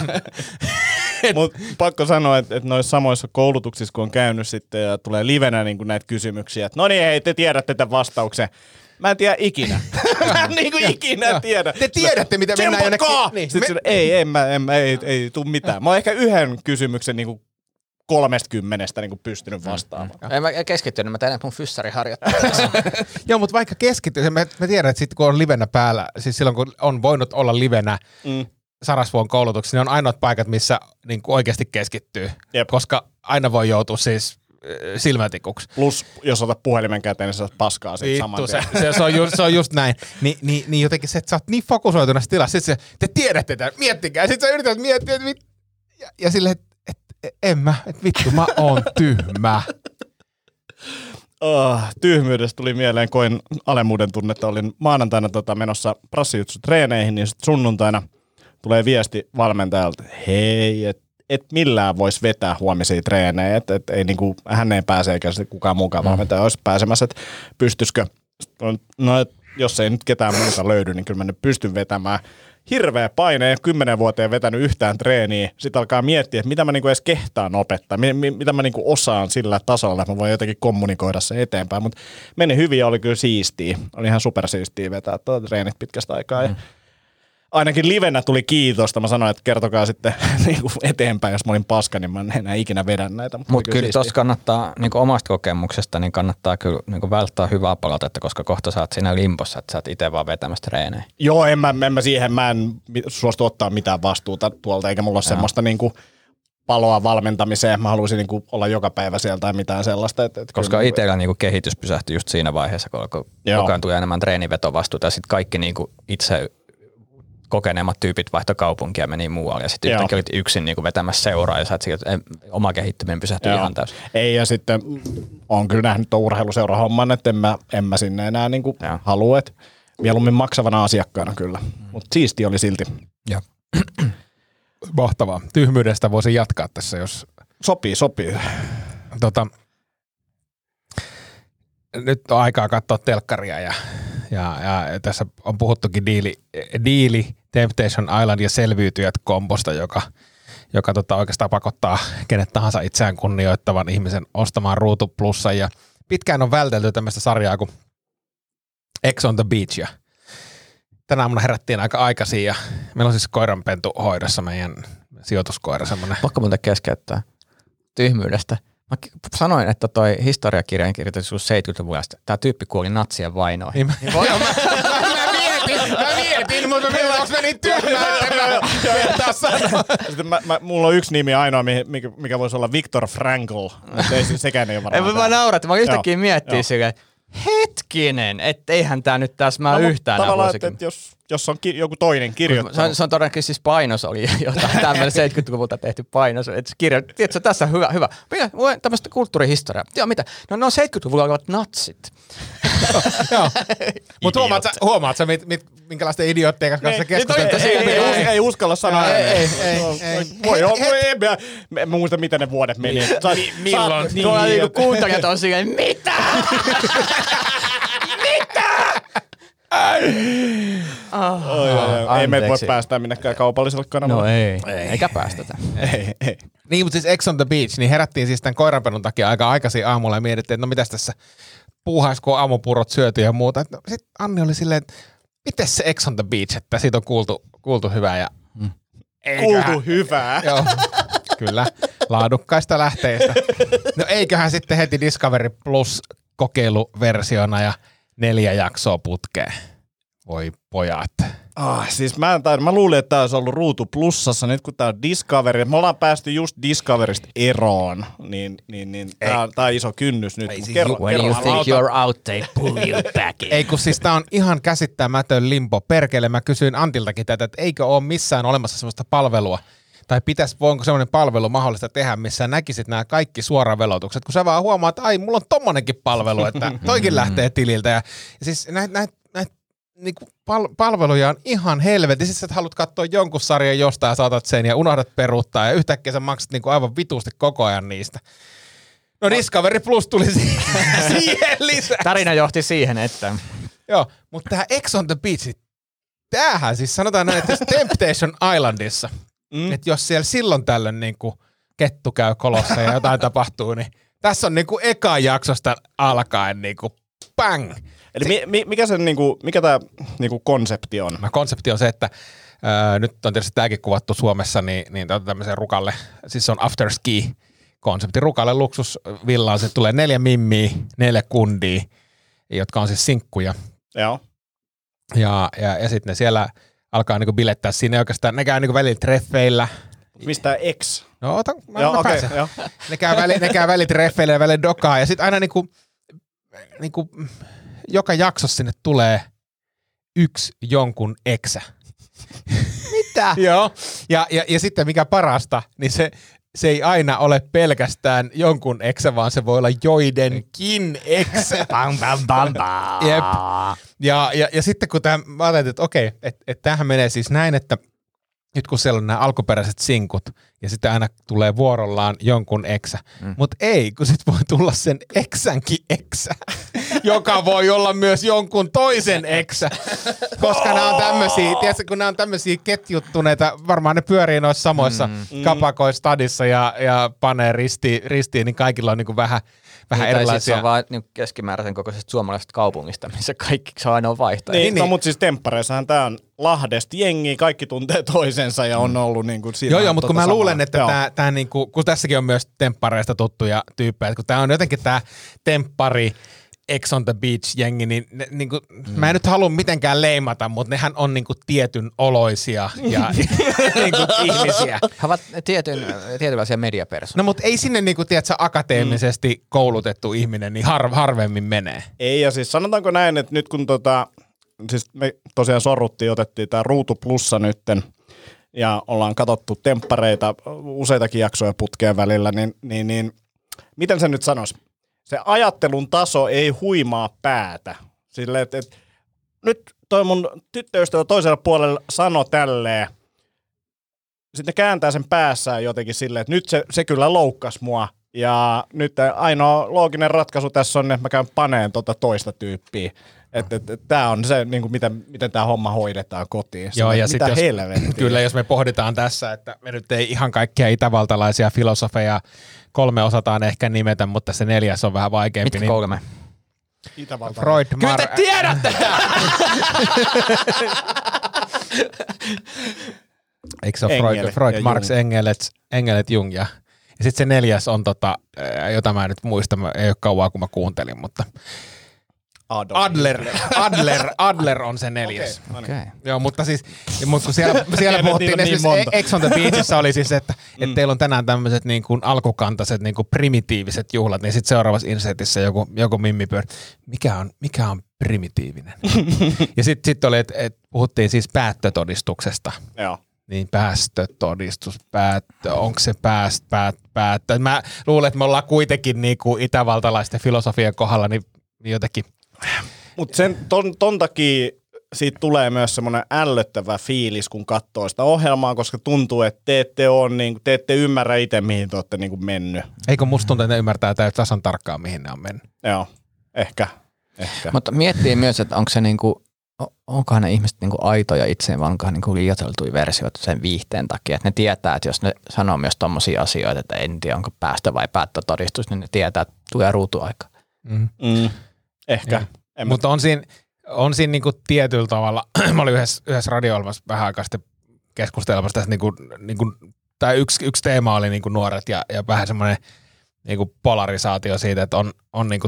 Mutta pakko sanoa, että, että noissa samoissa koulutuksissa, kun on käynyt sitten ja tulee livenä niin kuin näitä kysymyksiä, että no niin, hei, te tiedätte tämän vastauksen. Mä en tiedä ikinä. Mä en niin kuin ikinä tiedä. Te tiedätte, mitä mennään jonnekin. Niin, sitten me... ei, en mä, en, ei, ei tule mitään. Mä oon ehkä yhden kysymyksen niin kuin kolmesta kymmenestä niin kuin pystynyt vastaamaan. Mm. En mä keskittynyt, mä tein mun fyssariharjoittelussa. Joo, mutta vaikka keskittyy, mä, mä tiedän, että sitten kun on livenä päällä, siis silloin kun on voinut olla livenä mm. Sarasvuon koulutuksessa, niin on ainoat paikat, missä niin kuin oikeasti keskittyy, Jep. koska aina voi joutua siis silmätikuksi. Plus, jos otat puhelimen käteen, niin sä saat paskaa siitä saman se, se, se, on just, se on just näin. Ni, ni, niin jotenkin se, että sä oot niin fokusoitunut tilassa, sitten se, te tiedätte tämän, miettikää, sitten sä yrität miettiä, että mit... ja, ja silleen, en mä, että vittu, mä oon tyhmä. Oh, tyhmyydestä tuli mieleen, koin alemmuuden tunnetta. Olin maanantaina tota, menossa prassijutsu-treeneihin, niin sunnuntaina tulee viesti valmentajalta, hei, että et millään voisi vetää huomisia treenejä, että et ei niinku, hän ei pääse eikä kukaan muukaan valmentaja olisi pääsemässä, että pystyisikö, no et, jos ei nyt ketään muuta löydy, niin kyllä mä nyt pystyn vetämään. Hirveä paine, ja kymmenen vuoteen vetänyt yhtään treeniä. Sitten alkaa miettiä, että mitä mä niinku edes kehtaan opettaa, mi- mi- mitä mä niinku osaan sillä tasolla, että mä voin jotenkin kommunikoida sen eteenpäin. Mutta meni hyvin ja oli kyllä siistiä. Oli ihan supersiistiä vetää tuota treenit pitkästä aikaa. Mm. ainakin livenä tuli kiitosta. Mä sanoin, että kertokaa sitten niinku eteenpäin, jos mä olin paska, niin mä en enää ikinä vedä näitä. Mutta Mut kyllä, kyllä tuossa kannattaa, niinku omasta kokemuksesta, niin kannattaa kyllä niinku välttää hyvää palautetta, koska kohta sä oot siinä limpossa, että sä oot itse vaan vetämässä treenejä. Joo, en mä, en mä siihen, mä en suostu ottaa mitään vastuuta tuolta, eikä mulla ole semmoista niinku paloa valmentamiseen. Mä haluaisin niinku olla joka päivä siellä tai mitään sellaista. Et, et koska kyllä, itsellä niinku kehitys pysähtyi just siinä vaiheessa, kun koko ajan tuli enemmän treenivetovastuuta ja sitten kaikki niinku itse kokeneemmat tyypit vaihto kaupunkia ja meni muualle ja sitten yhtäkkiä olit yksin niinku vetämässä seuraa ja sä et sieltä, oma kehittyminen pysähtyi ihan täysin. Ei ja sitten on kyllä nähnyt tuon urheiluseurahomman, että en mä, en mä sinne enää niinku halua, että mieluummin maksavana asiakkaana kyllä, mutta siisti oli silti. Joo. Mahtavaa. Tyhmyydestä voisin jatkaa tässä, jos... Sopii, sopii. Tota, nyt on aikaa katsoa telkkaria ja, ja, ja tässä on puhuttukin diili, diili Temptation Island ja Selviytyjät kombosta, joka, joka tota oikeastaan pakottaa kenet tahansa itseään kunnioittavan ihmisen ostamaan Ruutu Plussa. Ja pitkään on vältelty tämmöistä sarjaa kuin Ex on the Beach ja tänä aamuna herättiin aika aikaisin ja meillä on siis koiranpentu hoidossa meidän sijoituskoira semmoinen. Pakko muuten keskeyttää tyhmyydestä. Mä sanoin, että toi historiakirjan kirjoitus seitsemänkymmentäluvulla. Tämä tyyppi kuoli natsien vainoihin. Niin mä, mä, mä, mä mietin, mä mietin, mutta milloin onko mä niin tyhmää, että mä sanoa. Sitten mä, mä, mulla on yksi nimi ainoa, mikä, mikä voisi olla Viktor Frankl. Ei, sekään ei ole varmaan. Ei, mä naurat, mä yhtäkkiä miettii silleen, hetkinen, etteihän tää nyt täsmää no, yhtään nää vuosikymmenen. Että jos, jos on ki- joku toinen kirjoittanut. Se on, se on todennäköisesti siis painos oli jotain tämmöinen seitsemänkymmentäluvulta tehty painos. Että kirja, tiedätkö, tässä on hyvä, hyvä. Mitä, tämmöistä kulttuurihistoriaa. Joo, mitä? No ne on seitsemänkymmentäluvulla olevat natsit. Joo. Mutta huomaat, huomaat sä, mit, mit, minkälaisten idiootteja kanssa keskustelta? Ei, ei, ei, ei, ei uskalla sanoa. Ei, ei, ei. Voi olla, en muista miten ne vuodet meni. Milloin? Tuolla niinku kuuntelijat on silleen, mitä? Mitä? Oh, oh, ei me voi päästää minnekään kaupalliselle kanavalle. No ei, ei. Eikä päästetä. ei, ei. Niin, mutta siis Ex on the Beach, niin herättiin siis tämän koiranpenun takia aika aikaisin aamulla ja mietittiin, että no mitäs tässä puuhais, kun aamupurot syöty ja muuta. No, sitten Anni oli silleen, että miten se Ex on the Beach, että siitä on kuultu, kuultu hyvää ja... Mm. Kuultu hyvää. Joo, kyllä, laadukkaista lähteistä. No eiköhän sitten heti Discovery Plus kokeiluversiona ja neljä jaksoa putkeen. Voi pojat. Ah, siis mä, en taida, mä luulin, että tää olisi ollut Ruutu Plussassa. Nyt kun tää on Discovery, me ollaan päästy just Discoverystä eroon, niin, niin, niin tää, tää on iso kynnys nyt. Siis kerro, when kerro, you think auta. You're out, they pull you back in. Ei kun siis tää on ihan käsittämätön limbo. Perkele, mä kysyin Antiltakin tätä, että eikö ole missään olemassa semmoista palvelua, tai pitäisi, voinko semmoinen palvelu mahdollista tehdä, missä näkisit nämä kaikki suoravelotukset, kun sä vaan huomaat, että ai, mulla on tommonenkin palvelu, että toikin lähtee tililtä. Ja, ja siis näitä näit, näit, niinku pal- palveluja on ihan helvetin. Siis sä haluat katsoa jonkun sarjan jostain ja saatat sen ja unohdat peruuttaa ja yhtäkkiä sä maksat niinku aivan vituusti koko ajan niistä. No Discovery Plus tuli siihen lisää. Tarina johti siihen, että... Joo, mutta tää Ex on the Beach, tämähän siis sanotaan näin, että Temptation Islandissa, mm. että jos siellä silloin tällöin niinku kettu käy kolossa ja jotain tapahtuu, niin tässä on niinku eka jaksosta alkaen niinku bang. Eli mi, mi, mikä se niinku, mikä tää niinku konsepti on? No, konsepti on se, että ää, nyt on tietysti tämäkin kuvattu Suomessa, niin, niin tämmöisen rukalle, siis se on afterski konsepti, rukalle luksusvillaan, se tulee neljä mimmiä, neljä kundia, jotka on siis sinkkuja. Joo. Ja, ja, ja sitten ne siellä alkaa niinku bilettää siinä oikeastaan, ne käy niinku välillä treffeillä. Mistä X? No ota, mä, joo, mä okay, pääsen. Ne käy, väli, ne käy välillä treffeillä ja välillä dokaa ja sitten aina niinku, niinku joka jaksossa sinne tulee yksi jonkun eksä. Mitä? Joo. Ja, ja, ja sitten mikä parasta, niin se, se ei aina ole pelkästään jonkun eksä, vaan se voi olla joidenkin eksä. Bam, bam, bam, bam. Jep. Ja, ja, ja sitten kun tämä, mä ajattelin, että okei, että et tämähän menee siis näin, että nyt kun siellä on nämä alkuperäiset sinkut, ja sitten aina tulee vuorollaan jonkun eksä. Mm. Mutta ei, kun sit voi tulla sen eksänkin eksä, joka voi olla myös jonkun toisen eksä. Koska nämä on tämmöisiä, tiedätkö, kun nämä on tämmöisiä ketjuttuneita, varmaan ne pyörii noissa samoissa mm. kapakoissa stadissa ja, ja panee ristiin, ristiin, niin kaikilla on niinku vähän, vähän niin, erilaisia. Se on vaan niin keskimääräisen kokoisesta suomalaisesta kaupungista, missä kaikki saa ainoa vaihtoehto. Niin, niin. No mutta siis Temppareissahan tää on Lahdesta jengi, kaikki tuntee toisensa ja on ollut niinku siinä. Joo, joo, mutta kun mä samaa. luulen, että tää, tää niinku, kun tässäkin on myös temppareista tuttuja tyyppejä, että kun tää on jotenkin tää temppari Ex on the Beach-jengi, niin ne, niinku, mm. mä en nyt halua mitenkään leimata, mutta nehän on niinku tietyn oloisia ja niinku ihmisiä. He ovat tietyn, tietynlaisia mediapersoja. No mutta ei sinne niinku, tiedätkö, akateemisesti mm. koulutettu ihminen niin har, harvemmin menee. Ei, ja siis sanotaanko näin, että nyt kun tota, siis me tosiaan sorruttiin, otettiin tää Ruutu Plussa nytten, ja ollaan katsottu temppareita useitakin jaksoja putkeen välillä, niin, niin, niin miten se nyt sanoisi? Se ajattelun taso ei huimaa päätä. Silleen, että et, nyt toi mun tyttöystävä toisella puolella sanoi tälleen. Sitten kääntää sen päässään jotenkin silleen, että nyt se, se kyllä loukkasi mua. Ja nyt ainoa looginen ratkaisu tässä on, että mä käyn paneen tota toista tyyppiä. Että et, et, tää on se, niin kuin miten, miten tää homma hoidetaan kotiin. Joo, Silleen, ja mitä jos, helvettiä. kyllä, jos me pohditaan tässä, että me nyt ei ihan kaikkia itävaltalaisia filosofeja kolme osataan ehkä nimetä, mutta se neljäs on vähän vaikeampi. Mitkä niin kolme? Freud, Mar... Kyllä te tiedätte! Eikö se ole Freud, Freud Marx, Engels, Engels, Jung ja, ja sitten se neljäs on, tota, jota mä en nyt muista, ei ole kauaa kun mä kuuntelin, mutta Adler, Adler, Adler on se neljäs. Okay, okay. Joo, mutta siis, mutta kun siellä, siellä puhuttiin, niin esimerkiksi Ex on the Beachissä oli siis, että mm. et teillä on tänään tämmöiset niin kuin alkukantaiset niin kuin primitiiviset juhlat, niin sitten seuraavassa insetissä joku, joku mimmi pyöri. Mikä on, mikä on primitiivinen? Ja sitten sit oli, että et puhuttiin siis päättötodistuksesta. Joo. Niin päästötodistus, päättö, onko se pääst, päät, päättö. Mä luulen, että me ollaan kuitenkin niin kuin itävaltalaisten filosofian kohdalla niin jotenkin. Mutta sen ton, ton takia siitä tulee myös semmoinen ällöttävä fiilis, kun katsoo sitä ohjelmaa, koska tuntuu, että te ette, ole, niin, te ette ymmärrä itse, mihin te olette niin mennyt. Eikö musta tuntuu, että ne ymmärtää tasan tarkkaan, mihin ne on mennyt? Joo, ehkä. ehkä. Mutta miettii myös, että onko se niinku, onkohan ne ihmiset niinku aitoja itseen, vai onkohan niinku liioiteltuja versioita sen viihteen takia. Että ne tietää, että jos ne sanoo myös tommosia asioita, että en tiedä, onko päästö vai päättötodistus, niin ne tietää, että tulee ruutuaika. Mm. Mm. Ehkä. Mutta on siinä, on siinä niinku tietyllä tavalla, mä olin yhdessä, yhdessä radio-ohjelmassa vähän aikaa sitten keskustelemassa tästä, niinku, niinku, tai yksi, yksi teema oli niinku nuoret ja, ja vähän semmoinen niinku polarisaatio siitä, että on, on niinku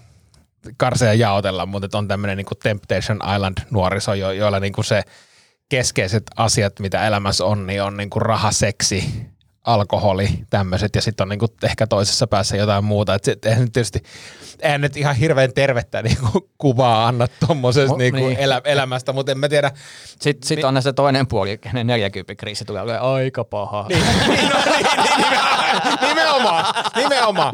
karseja jaotella, mutta on tämmöinen niinku Temptation Island-nuoriso, jo, joilla niinku se keskeiset asiat, mitä elämässä on, niin on niinku raha, seksi, alkoholi, tämmöiset, ja sitten on niinku ehkä toisessa päässä jotain muuta. Et sit, eihän nyt tietysti, eihän nyt ihan hirveän tervettä niinku kuvaa anna tommosesta niinku niin. elä, elämästä, mutta en mä tiedä. Sitten sit on se toinen puoli, kenen neljäkymppi kriisi tulee olemaan aika paha. Niin, niin, no, niin, niin, nimenomaan, nimenomaan.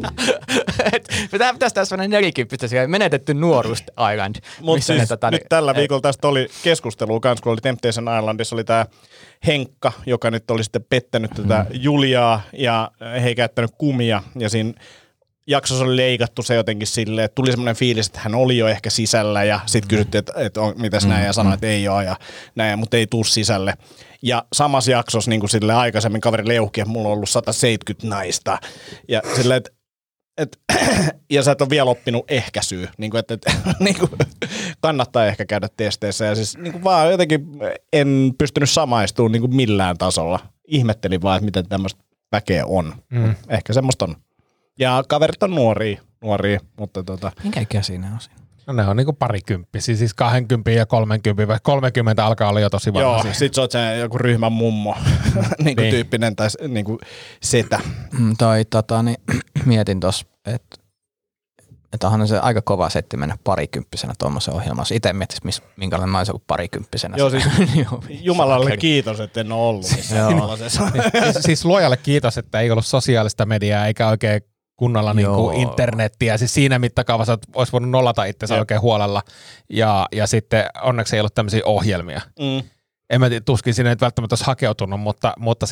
Tämä pitäisi tässä sellainen neljäkymppistä menetetty nuoruus Island. Mutta siis tota, nyt tällä viikolla tästä oli keskustelua kanssa, kun oli Temptation Islandissa, oli tämä Henkka, joka nyt oli sitten pettänyt tätä Juliaa ja he ei käyttänyt kumia ja siinä jaksossa oli leikattu se jotenkin silleen, että tuli semmoinen fiilis, että hän oli jo ehkä sisällä ja sitten kysyttiin, että, että on, mitäs näin ja sanoi, että ei ole ja näin, mutta ei tuu sisälle. Ja samassa jaksossa niin kuin silleen aikaisemmin kaveri leuhki, että mulla on ollut sata seitsemänkymmentä naista ja silleen, että Et, ja sä et ole vielä oppinut ehkäisyä, niin kuin, että et, niin kuin, kannattaa ehkä käydä testeissä. Ja siis niin kuin vaan jotenkin en pystynyt samaistumaan niin kuin millään tasolla. Ihmettelin vaan, että miten tämmöistä väkeä on. Mm. Ehkä semmoista on. Ja kaverit on nuoria, nuoria mutta tota. Minkä ikä siinä on siinä? No ne on niinku parikymppisiä, siis kaksikymmentä ja kolmekymmentä, vai kolmekymmentä alkaa olla jo tosi vanha. Joo, sit sä oot se joku ryhmän mummo, niinku niin. tyyppinen tai niinku setä. Mm, toi tota, niin, mietin tossa, että et onhan se aika kova setti mennä parikymppisenä tuommoisen ohjelmassa. Itse mietis, minkälainen mä olisin ollut parikymppisenä. Joo, siis Jumalalle kiitos, että en ole ollut missään. siis, siis luojalle kiitos, että ei ollut sosiaalista mediaa eikä oikein kunnolla niinku internettiä. Siis siinä mittakaavassa olisi voinut nollata itsensä Jep. oikein huolella. Ja, ja sitten onneksi ei ollut tämmöisiä ohjelmia. Mm. En mä tuskin sinne nyt välttämättä olisi hakeutunut, mutta, mutta siis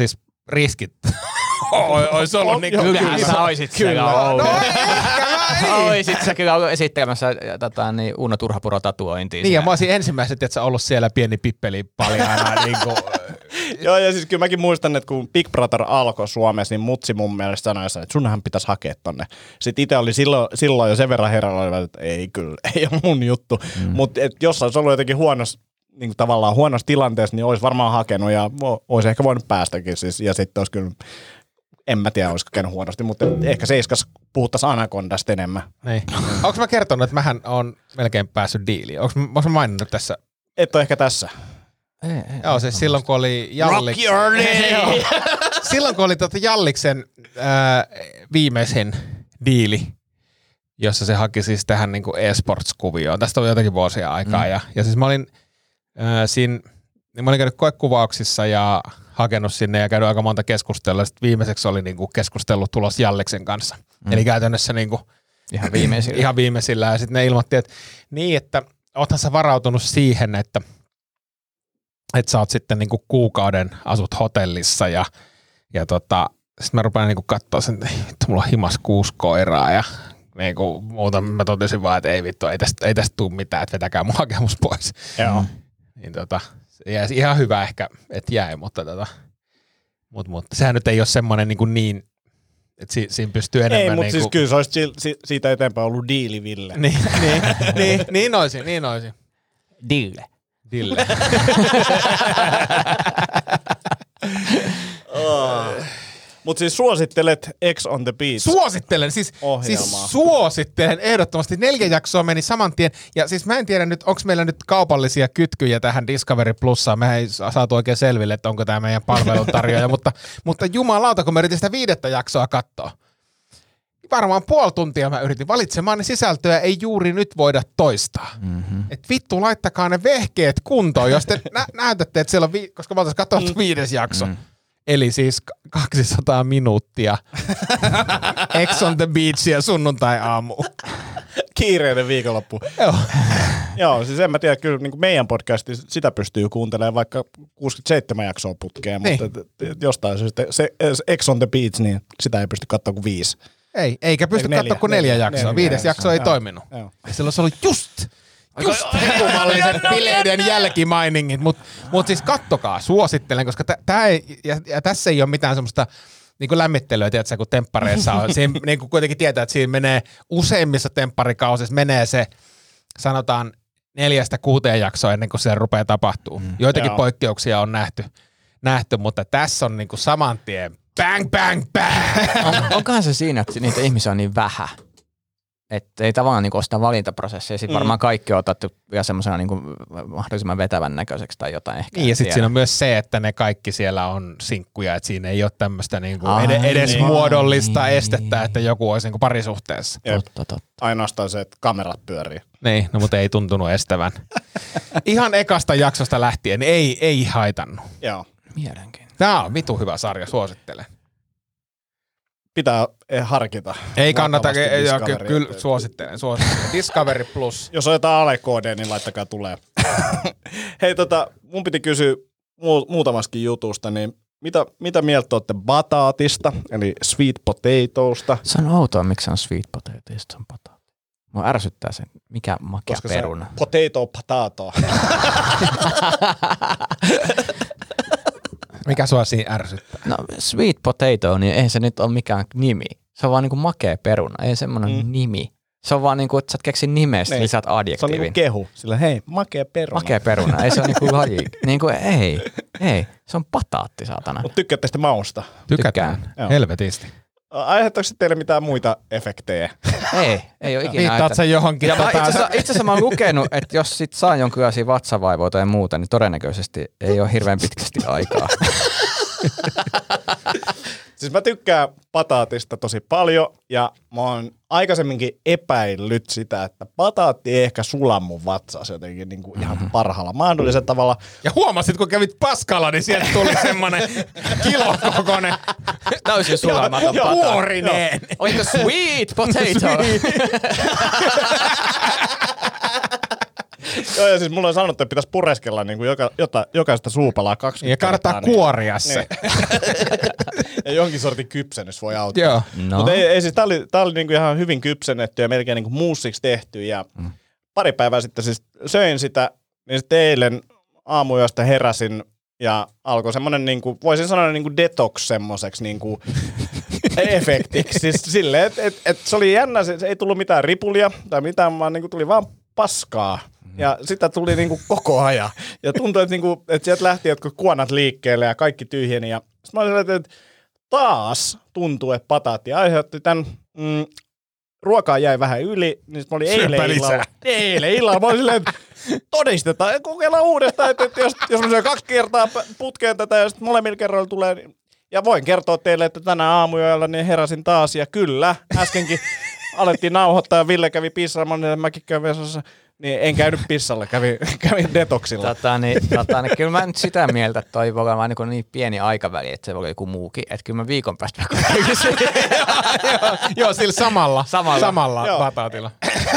riskit olisi ollut niin kuin... Kyllä sä oisit siellä ollut. No ehkä mä oisit sä kyllä esittelemässä tota, niin Uno Turhapuro tatuointia. Niin, ja mä olisin ensimmäiset, että sä ollut siellä pieni pippeli paljaana niin kuin... Joo, ja siis kyllä mäkin muistan, että kun Big Brother alkoi Suomessa, niin mutsi mun mielestä sanoi, että sunhan pitäisi hakea tonne. Sitten itse oli silloin, silloin jo sen verran herralla, että ei kyllä, ei ole mun juttu. Mm. Mutta jos olisi ollut jotenkin huonossa, niin kuin tavallaan huonossa tilanteessa, niin olisi varmaan hakenut ja olisi ehkä voinut päästäkin. Siis, ja sitten olisi kyllä, en mä tiedä, olisiko käynyt huonosti, mutta ehkä seiskas puhuttaisiin Anacondasta enemmän. Niin. Onko mä kertonut, että mähän on melkein päässyt diiliin? Onko mä maininnut tässä? Et ole ehkä tässä. Ei, ei, Joo, siis silloin kun oli Jalliksen, silloin kun oli tota Jalliksen ää, viimeisin diili, jossa se haki siis tähän niinku e-sports-kuvioon. Tästä on jotakin vuosia aikaa. Mm. Ja, ja siis mä olin ää, siinä, mä olin käynyt koekuvauksissa ja hakenut sinne ja käynyt aika monta keskustelua. Sitten viimeiseksi oli niinku keskustellut tulos Jalliksen kanssa. Mm. Eli käytännössä niinku, ihan viimeisillä. ihan viimeisillä. Ja sitten ne ilmoitti, että niin, että oothan sä varautunut siihen, että että sä oot sitten niinku kuukauden asut hotellissa ja, ja tota, sitten mä rupean niinku katsoa sen, että mulla on himas kuusi koiraa ja niinku muuta mä totesin vaan, että ei vittu, ei tästä, ei tästä tule mitään, että vetäkää mun hakemus pois. Joo. Niin tota, se jäisi ihan hyvä ehkä, että jäi, mutta tota, mut, mut, sehän nyt ei ole semmoinen niinku niin, että si, siinä pystyy enemmän ei, mutta niinku... siis kyllä se olisi si, siitä eteenpäin ollut diili Ville. niin, niin, niin, niin olisin, niin olisin. Dille. Dille. oh. Mutta siis suosittelet Ex on the Beach. Suosittelen, siis, siis suosittelen ehdottomasti. Neljä jaksoa meni saman tien. Ja siis mä en tiedä nyt, onko meillä nyt kaupallisia kytkyjä tähän Discovery Plussaan. Mehän ei saatu oikein selville, että onko tämä meidän palveluntarjoaja, mutta, mutta jumalauta, kun mä yritin sitä viidettä jaksoa katsoa. Varmaan puoli tuntia mä yritin valitsemaan ne sisältöä, ei juuri nyt voida toistaa. Mm-hmm. Et vittu, laittakaa ne vehkeet kuntoon, jos te nä- näytätte, että siellä on, vi- koska me oltaisiin katsottu viides jakso. Mm. Eli siis kaksisataa minuuttia. Ex on the Beachia sunnuntai-aamu. Kiireinen viikonloppu. Joo. Joo, siis en mä tiedä, kyllä niin meidän podcasti sitä pystyy kuuntelemaan vaikka kuusikymmentäseitsemän jaksoa putkeen, niin. Mutta jostain syystä se Ex on the Beach, niin sitä ei pysty katsoa kuin viisi. Ei, eikä pysty katsoa kuin neljä, neljä jaksoa. Neljä, Viides neljä, jakso ei joo, toiminut. Joo. Ja silloin se oli just, just kummalliset bileiden jälkimainingit. Mutta mut siis kattokaa, suosittelen, koska t- tää ei, ja, ja tässä ei ole mitään semmoista niinku lämmittelyä, tiedätkö, kun temppareissa on. Siinä niinku kuitenkin tietää, että siinä menee useimmissa tempparikausissa menee se, sanotaan, neljästä kuuteen jaksoa ennen kuin se rupeaa tapahtuu. Mm, Joitakin joo. poikkeuksia on nähty, nähty, mutta tässä on niinku saman tien bang, bang, bang! On, onkohan se siinä, että niitä ihmisiä on niin vähän, että ei tavallaan niinku ole sitä valintaprosessia. Sitten mm. varmaan kaikki on otettu vielä semmoisena niinku mahdollisimman vetävän näköiseksi tai jotain ehkä. Niin, ja sitten siinä on myös se, että ne kaikki siellä on sinkkuja, että siinä ei ole tämmöistä niinku ah, ed- edes niin. muodollista niin, estettä, että joku olisi niinku parisuhteessa. Totta, totta. Ainoastaan se, että kamerat pyörii. Niin, no mutta ei tuntunut estävän. Ihan ekasta jaksosta lähtien ei, ei haitannut. Joo. Mielenkiintoista. Tämä on vitu hyvä sarja, suosittelen. Pitää harkita. Ei kannata, ja, ky- kyllä suosittelen, suosittelen. Discovery Plus. Jos on jotain alekoodeja, niin laittakaa tulee. Hei, tota, mun piti kysyä mu- muutamaskin jutusta, niin mitä, mitä mieltä olette bataatista, eli sweet potatosta? Se on outoa, miksi on sweet potatoista, se on bataatti. Mua ärsyttää se, mikä makea koska peruna. Potato, patato. Mikä sua siinä ärsyttää? No sweet potato, niin ei se nyt ole mikään nimi. Se on vaan niinku makea peruna, ei semmoinen mm. nimi. Se on vaan niinku, että sä et keksi nimestä, lisät adjektiivin. Se on niinku kehu, sillä hei, makea peruna. Makea peruna, ei se ole niinku laji. Niinku ei, ei, se on pataatti, saatana. Mutta tykkäätte sitä mausta? Tykätään, Tykkään. Helvetisti. Aiheuttaako teille mitään muita efektejä? Ei, ei ole ikinä. Viittaat sä johonkin? Ja itse asiassa, itse asiassa mä oon lukenut, että jos sit saa jonkinlaisia vatsavaivoja tai muuta, niin todennäköisesti ei ole hirveän pitkästi aikaa. Siis mä tykkään pataatista tosi paljon ja mä oon aikaisemminkin epäillyt sitä, että pataatti ei ehkä sula mun vatsas jotenkin niin kuin ihan parhaalla mahdollisella tavalla. Ja huomasit, kun kävit paskalla, niin sieltä tuli semmonen kilokokoinen täysin sulamaton pataatti. Vuorineen. Oliko sweet potato? Joo, ja siis mulla on sanottu, että pitäisi pureskella niin kuin joka, jota, jokaista suupalaa kaksikymmentä Ja kannattaa kuoria se. Niin. Ja jonkin sortin kypsennys voi auttaa. Joo. No. Mutta ei, ei siis, tää oli, tää oli niinku ihan hyvin kypsennetty ja melkein niinku muussiksi tehty. Ja mm. pari päivää sitten siis söin sitä, niin sitten eilen aamuyöstä heräsin ja alkoi semmoinen, niinku, voisin sanoa niinku detox semmoiseksi niinku efektiksi. Siis silleen, että et, et se oli jännä, se, se ei tullut mitään ripulia tai mitään, vaan niinku tuli vaan paskaa. Ja sitä tuli niinku koko ajan. Ja tuntui, että niinku, et sieltä lähti jotkut kuonat liikkeelle ja kaikki tyhjeni. Ja sitten mä olin, että taas tuntuu, että pataatti aiheutti tämän, mm, ruokaa jäi vähän yli, niin sitten mä olin eilen illalla. Eilen illalla. Mä olin silleen, että todistetaan, kokeillaan uudestaan, että, että jos, jos mä syön kaksi kertaa putkeen tätä ja sitten molemmilla kerroilla tulee, niin, ja voin kertoa teille, että tänä aamuyöllä niin heräsin taas ja kyllä, äskenkin alettiin nauhoittaa ja Ville kävi pissaamaan, niin mäkin kävin vesassa. Niin en käynyt pissalle, kävin, kävin detoksilla. Tota, niin, tota, niin, kyllä mä nyt sitä mieltä, että toi voi olla niin, niin pieni aikaväli, että se voi olla joku muukin. Että kyllä mä viikon päästä joo, joo, sillä samalla, samalla, samalla joo. bataatilla.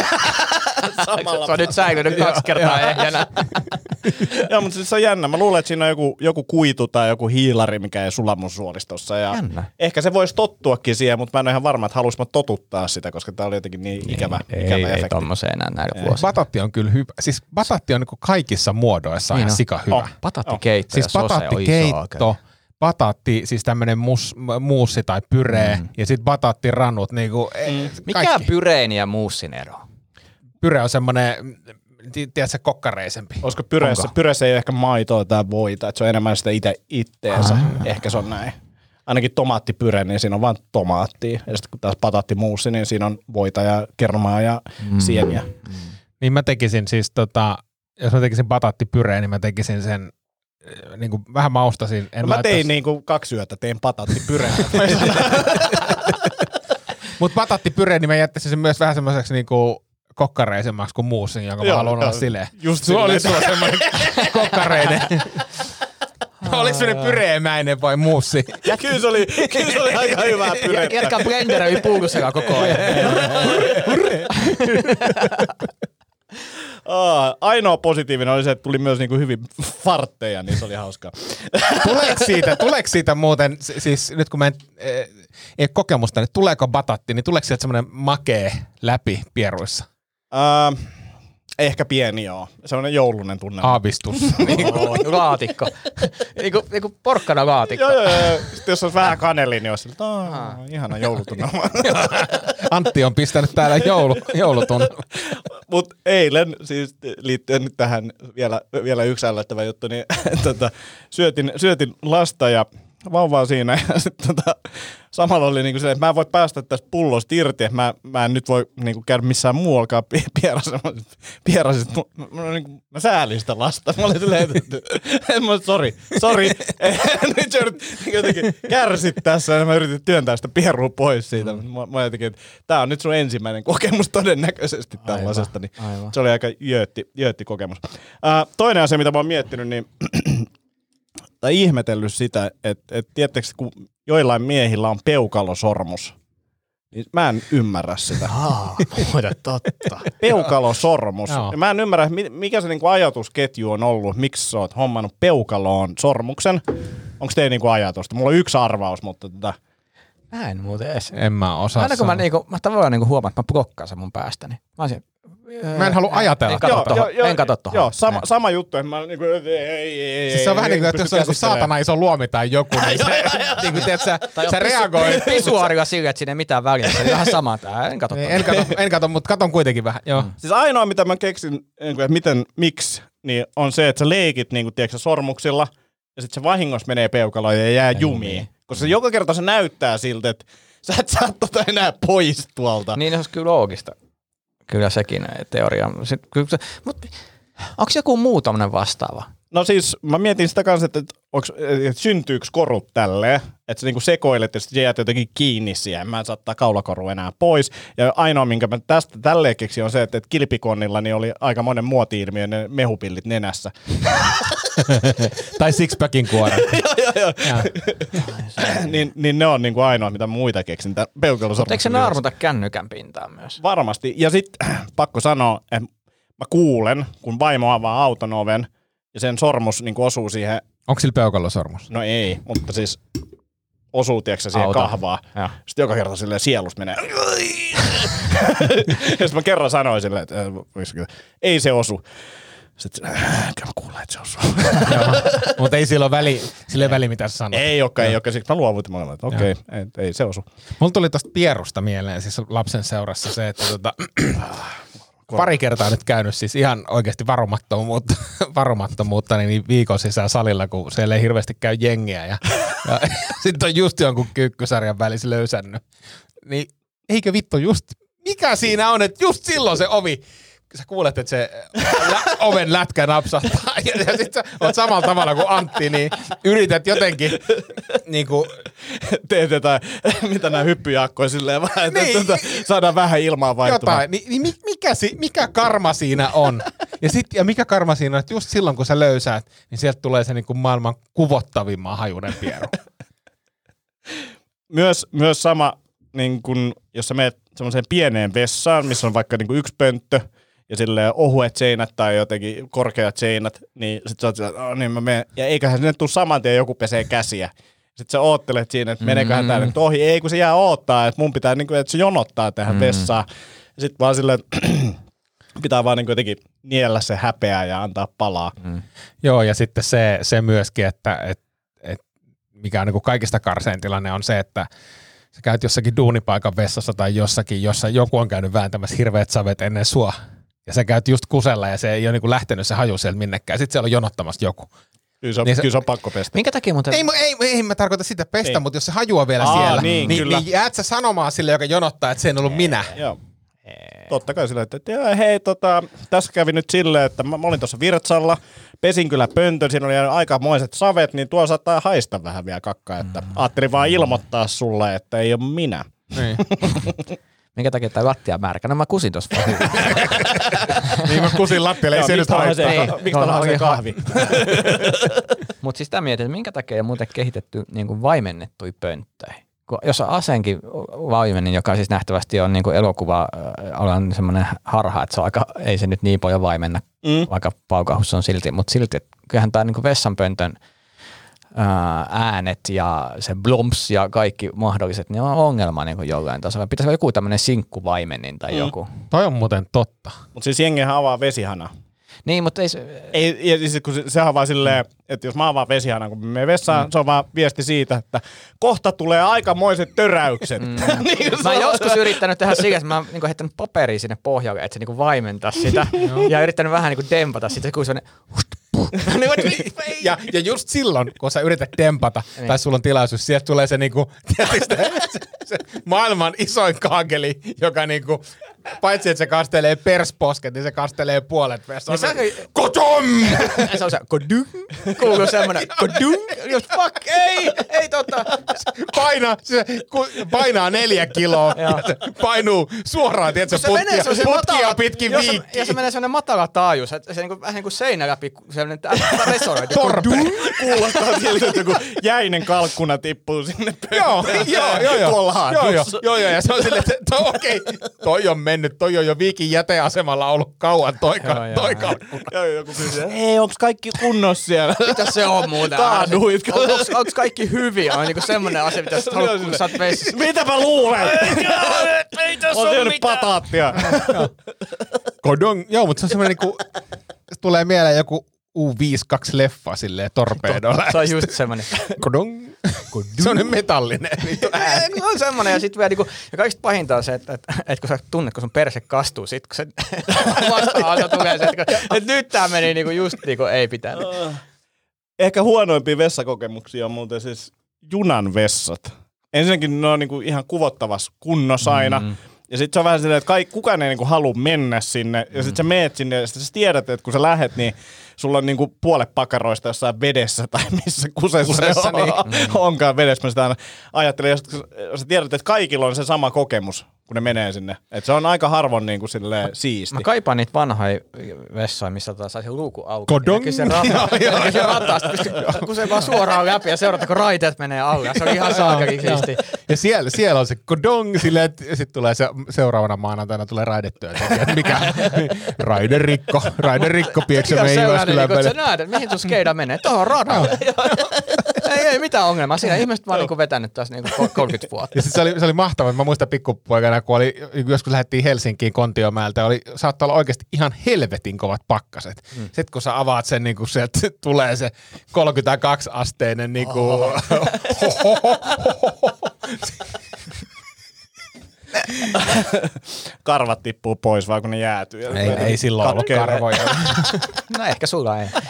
Samalla se on nyt säilynyt kaksi kertaa ehjänä. Joo, mutta siis se on jännä. Mä luulen, että siinä on joku, joku kuitu tai joku hiilari, mikä ei sula mun suolistossa. Ja jännä. Ehkä se voisi tottuakin siihen, mutta mä en ole ihan varma, että haluaisin mä totuttaa sitä, koska tää oli jotenkin niin ikävä, ei, ikävä ei, efekti. Ei tommoseen enää näillä vuosina. Batatti on kyllä hyvä. Siis batatti on niin kaikissa muodoissa niin ihan sika hyvä. Oh. Batattikeitto siis ja sose on batattikeitto, bataatti, siis tämmönen mus, muussi tai pyree, mm. ja sit batattiranut. Niinku, mm. Mikä on pyreeni ja muussin ero? Pyre on semmonen, tiedätkö, kokkareisempi. Olisiko pyreessä? Pyreessä ei ole ehkä maitoa tai voita, että se on enemmän sitä itse itteensä. Ah. Ehkä se on näin. Ainakin tomaattipyre, niin siinä on vain tomaattia. Ja sitten kun taas patattimuussi, niin siinä on voita ja kermaa ja mm. sieniä. Mm. Niin mä tekisin siis, tota, jos mä tekisin patattipyreen, niin mä tekisin sen, niin kuin vähän maustasin. En no mä tein niin kuin kaksi yötä, tein patattipyreen. Mutta patattipyreen, niin mä jättäisin sen myös vähän semmoiseksi niin kuin kokkareisemmaksi kuin muussin, jonka joo, mä haluan olla silleen. Just sulla oli sulla semmoinen kokkareinen. Oliko se ne pyreemäinen vai muussi? Kyllä se oli, kyllä se oli aika hyvää pyrettä. Jätkä blenderöi puukusella koko ajan. Oh, ainoa positiivinen oli se, että tuli myös niinku hyvin fartteja, niin se oli hauskaa. Tuleeko siitä, tuleeko siitä muuten, siis nyt kun mä en, ei ole kokemusta, niin tuleeko batatti, niin tuleeko sieltä semmoinen makee läpi pieruissa? Uh, ehkä pieni joo. Semmoinen joulunen tunne. Aavistus. Niin laatikko. Niinku, niinku porkkana laatikko. Joo, joo, joo. Sitten jos olisi vähän kaneli, niin olisi että ihana joulutunnelma. Antti on pistänyt täällä joulu, joulutunnelma. Mutta eilen, siis liittyen nyt tähän vielä, vielä yksi ällöttävä juttu, niin tota, syötin, syötin lasta ja vauvaa siinä ja sitten tota, samalla oli niinku se, että mä en voi päästä tästä pullosta irti, että mä, mä en nyt voi niinku käydä missään muuallakaan pierasista. Mä, mä, niinku, mä säälin sitä lasta. Mä olin silleen, että mä olin, sori, sori. Nyt sä yritit jotenkin kärsit tässä ja mä yritin työntää sitä pierua pois siitä. Mä, mä jotenkin, että tää on nyt sun ensimmäinen kokemus todennäköisesti tällaisesta. Niin se oli aika jöötti, jöötti kokemus. Uh, toinen asia, mitä mä oon miettinyt, niin tai ihmetellyt sitä, että et, tiedättekö, kun joillain miehillä on peukalosormus, niin mä en ymmärrä sitä. Aa, muuta totta. Peukalosormus. Mä en ymmärrä, mikä se niinku ajatusketju on ollut, miksi sä oot hommannut peukaloon sormuksen. Onko teillä niinku ajatusta? Mulla on yksi arvaus, mutta tätä... Mä en muuten edes. En mä osaa. Aina kun mä, niinku, mä tavallaan niinku huomaan, että mä blokkaan sen mun päästäni. Mä olisin, Mä en halua ajatella. En katso tohon. En katso tohon. Joo, sama, sama juttu, että mä niinku, ei, ei, ei, siis se on vähän niin kuin, että jos on joku saatana iso luomi tai joku, niin se, niin kuin, tiedät, sä, sä reagoit. Pisuaarilla sille, että siinä ei mitään väliä. Se oli vähän sama tää. En katso tohon. En katso, en katso, mutta katon kuitenkin vähän. Joo. Mm. Siis ainoa, mitä mä keksin, että miten, miksi, niin on se, että sä leikit niin kuin, tiedätkö, sormuksilla ja sit se vahingossa menee peukaloon ja jää jumiin. Koska se joka kerta se näyttää siltä, että sä et saa tota enää pois tuolta. Niin, se olisi kyllä loogista. Kyllä sekin teoria. Mutta onko joku muu tommonen vastaava? No siis mä mietin sitä kanssa, että, onks, että syntyykö korut tälleen, että sä niinku sekoilet ja sitten jäät jotenkin kiinni siihen. Mä en saattaa kaulakoru enää pois. Ja ainoa, minkä mä tästä tälleen keksin, on se, että, että kilpikonnilla niin oli aika monen muoti-ilmiö ne mehupillit nenässä. Tai sixpackin kuoret. Joo, joo, joo. niin, niin ne on niinku ainoa, mitä muita keksin. Peukalosormus. Eikö se naarmuta kännykän pintaan myös? Varmasti. Ja sitten pakko sanoa, että mä kuulen, kun vaimo avaa auton oven ja sen sormus niin osuu siihen. Onko sillä peukalosormus? No ei, mutta siis osuu, tiedätkö, siihen Auto. kahvaa. Ja. Sitten joka kerta silleen sielus menee. Ja sitten mä kerran sanoin silleen, että äh, ei se osu. Sitten äh, kyllä mä kuulen, että se osuu. Mutta ei sillä ole väli, sillä ei väli mitä sä sanot. Ei olekaan, ei olekaan. Siksi mä luovutin. Mä olin, että okei, okay, ei, ei se osu. Mulla tuli tosta pierusta mieleen, siis lapsen seurassa se, että tota, pari kertaa nyt käynyt siis ihan oikeasti varomattomuutta, varomattomuutta niin viikon sisään salilla, kun siellä ei hirveästi käy jengiä ja, ja sitten on just jonkun kyykkysarjan välissä löysännyt. Niin eikö vittu just, mikä siinä on, että just silloin se ovi, sä kuulet, että se lä- oven lätkä napsahtaa ja, ja sit sä oot samalla tavalla kuin Antti, niin yrität jotenkin niinku teet jotain, mitä nää hyppyjaakkoja silleen vähän, että Niin. tuota, saadaan vähän ilmaa vaihtumaan. jotain, niin, niin mikä, si, mikä karma siinä on? Ja, sit, ja mikä karma siinä on, että just silloin kun sä löysäät, niin sieltä tulee se niinku maailman kuvottavimman hajunen pieru. Myös, myös sama, niin kun, jos sä menet semmoiseen pieneen vessaan, missä on vaikka niin kuin yksi pönttö ja silleen ohuet seinät tai jotenkin korkeat seinät, niin sit sä oot sillä, että oh, niin mä menen. Ja eiköhän sinne tule saman tien joku pesee käsiä. Sitten sä oottelet siinä, että meneeköhän mm. tää nyt ohi. Ei, kun se jää oottaa, että mun pitää, niin kuin, että se jonottaa tähän mm. vessaan. Sitten vaan silleen, että pitää vaan niin kuin jotenkin niellä se häpeä ja antaa palaa. Mm. Joo, ja sitten se, se myöskin, että et, et, mikä on niin kuin kaikista karsein tilanne on se, että sä käyt jossakin duunipaikan vessassa tai jossakin, jossa joku on käynyt vääntämässä hirveät savet ennen sua. Ja sä käyt just kusella ja se ei ole niinku lähtenyt se haju sieltä minnekään. Sitten siellä on jonottamassa joku. Kyllä se on, Niin se- kyllä se on pakko pestä. Minkä takia muuten... Ei, ei, ei, ei mä tarkoita sitä pestä, Ei. mutta jos se haju on vielä Aa, siellä, niin, niin, kyllä. niin jäät sä sanomaan sille, joka jonottaa, että se en ollut minä. Joo. Totta kai sillä, että joo, hei, tota, tässä kävi nyt silleen, että mä, mä olin tuossa Virtsalla, pesin kyllä pöntön, siinä oli aikamoiset savet, niin tuo saattaa haista vähän vielä kakkaa, että ajattelin vaan ilmoittaa sulle, että ei ole minä. Niin. Minkä takia tää lattia märkä? No mä kusin tossa. niin mä kusin lattialle, ei Joo, se nyt miksi tää haittaa. Ei. haisee- Miksi No, täällä haisee ihan- kahvi? Mut siis sitä mietin, että minkä takia ei muuten kehitetty niin vaimennettuja pönttöjä. Kun jos on Asenkin vaimennin, joka siis nähtävästi on niin elokuva-alan semmoinen harha, että se on aika, ei se nyt niin paljon vaimenna, mm. vaikka paukahus on silti, mutta silti, että kyllähän tämä niin vessanpöntön ää, äänet ja se blomps ja kaikki mahdolliset, niin on ongelma niin jollain tasolla. Pitäisikö joku tämmöinen sinkkuvaimennin tai mm. joku? Toi on muuten totta. Mutta siis jengihän avaa vesihana. Niin, mutta ei se... Ei, ja siis kun se, sehän on vaan silleen, että jos mä avaan vesihanan, kun me menen vessaan, mm. se on vaan viesti siitä, että kohta tulee aikamoiset töräykset. Mm. niin, Mä oon joskus yrittänyt tehdä sillä, että mä oon niinku heittänyt paperia sinne pohjalle, että se niinku vaimentaa sitä. Ja yrittänyt vähän niinku dempata sitä, kun se on ja, ja just silloin, kun sä yrität dempata, niin. tai sulla on tilaisuus, sieltä tulee se, niinku, se, se maailman isoin kaakeli, joka niinku, paitsi että se kastelee persposket, niin se kastelee puolet vessassa. Niin Kotom! se on se kodung, kuuluu semmonen kodung, just fuck, ei, ei tota. Painaa, se ku, painaa neljä kiloa ja se painuu suoraan, tiedätkö, Se menee putkia, semmosen putkia matala- pitkin jos se- viikkiin. Ja se menee semmonen matala taajuus, että se niinku, vähän niinku seinä läpi, semmonen resonointi. Torpe. kuulostaa siltä, että joku jäinen kalkkuna tippuu sinne Joo, pönttöön. joo, joo, joo, Tuolla joo, joo, hannussa. joo, joo, ja se on silleen, että to, okei, toi on mennyt, toi on jo Viikin jäteasemalla ollut kauan, toi, Joo, joo. toi kalkkuna. Joo, joku kysyy, hei, onks kaikki kunnossa siellä? Mitä se on muuten? Taaduitko? On, onks, onks kaikki hyviä? On niinku semmonen asia, mitä sä haluat, kun sä oot vessissä. Mitä mä luulen? Ei tässä On syönyt pataattia. Kodong, joo, mutta se on semmoinen niinku, se tulee mieleen joku U viisikymmentäkaksi-leffa silleen torpeedolla. Se on just semmonen. Kodong. Se on nyt metallinen. vittu ääni. Se on semmonen, ja sit vielä niinku, ja kaikista pahinta on se, että, että, että kun sä tunnet, kun sun perse kastuu, sit kun se vastaan tulee se, että, että nyt tää meni niinku just niinku ei pitänyt. Ehkä huonoimpia vessakokemuksia on muuten siis junan vessat. Ensinnäkin ne on niinku ihan kuvottavassa kunnossa aina. Mm. Ja sit se on vähän silleen, että kaikki, kukaan ei niinku halua mennä sinne. Ja sit sä meet sinne ja sit sä tiedät, että kun sä lähet, niin sulla on niinku puolet pakaroista jossain vedessä tai missä kusessa, kusessa se on, niin. onkaan vedessä. Mä sitä aina ajattelen, jos, jos sä tiedät, että kaikilla on se sama kokemus. kun ne menee sinne. Et se on aika harvoin niin kuin silleen siisti. Mä kaipaan niitä vanhoja vessoja, missä tota saisi luuku auki. Kodong. Näkyy se rata, näkyy se rata, kun se vaan suoraan läpi ja seurata, kun raiteet menee alle. Se on ihan saakakin siisti. Ja siellä, siellä on se kodong, silleen, että sitten tulee se, seuraavana maanantaina tulee raidetyö. Mikä? Raiderikko. Raiderikko pieksä meihin Jyväskylän päin. Sä näet, että mihin tuossa skeida menee. Tuohon radalle. ei, ei mitään ongelmaa. Siinä ihmiset vaan niinku vetänyt taas niinku kolmekymmentä vuotta. Ja sit se oli, se oli mahtavaa. Mä muistan pikkupoikana, kun oli, joskus lähdettiin Helsinkiin Kontiomäeltä, oli, saattoi olla oikeasti ihan helvetin kovat pakkaset. Mm. Sitten kun sä avaat sen, niin kun sieltä tulee se kolmekymmentäkaksi asteinen niin kuin, oh. Karvat tippuu pois, vaan kun ne jäätyy. Ei, ei silloin ollut karvoja. No ehkä sulla ei.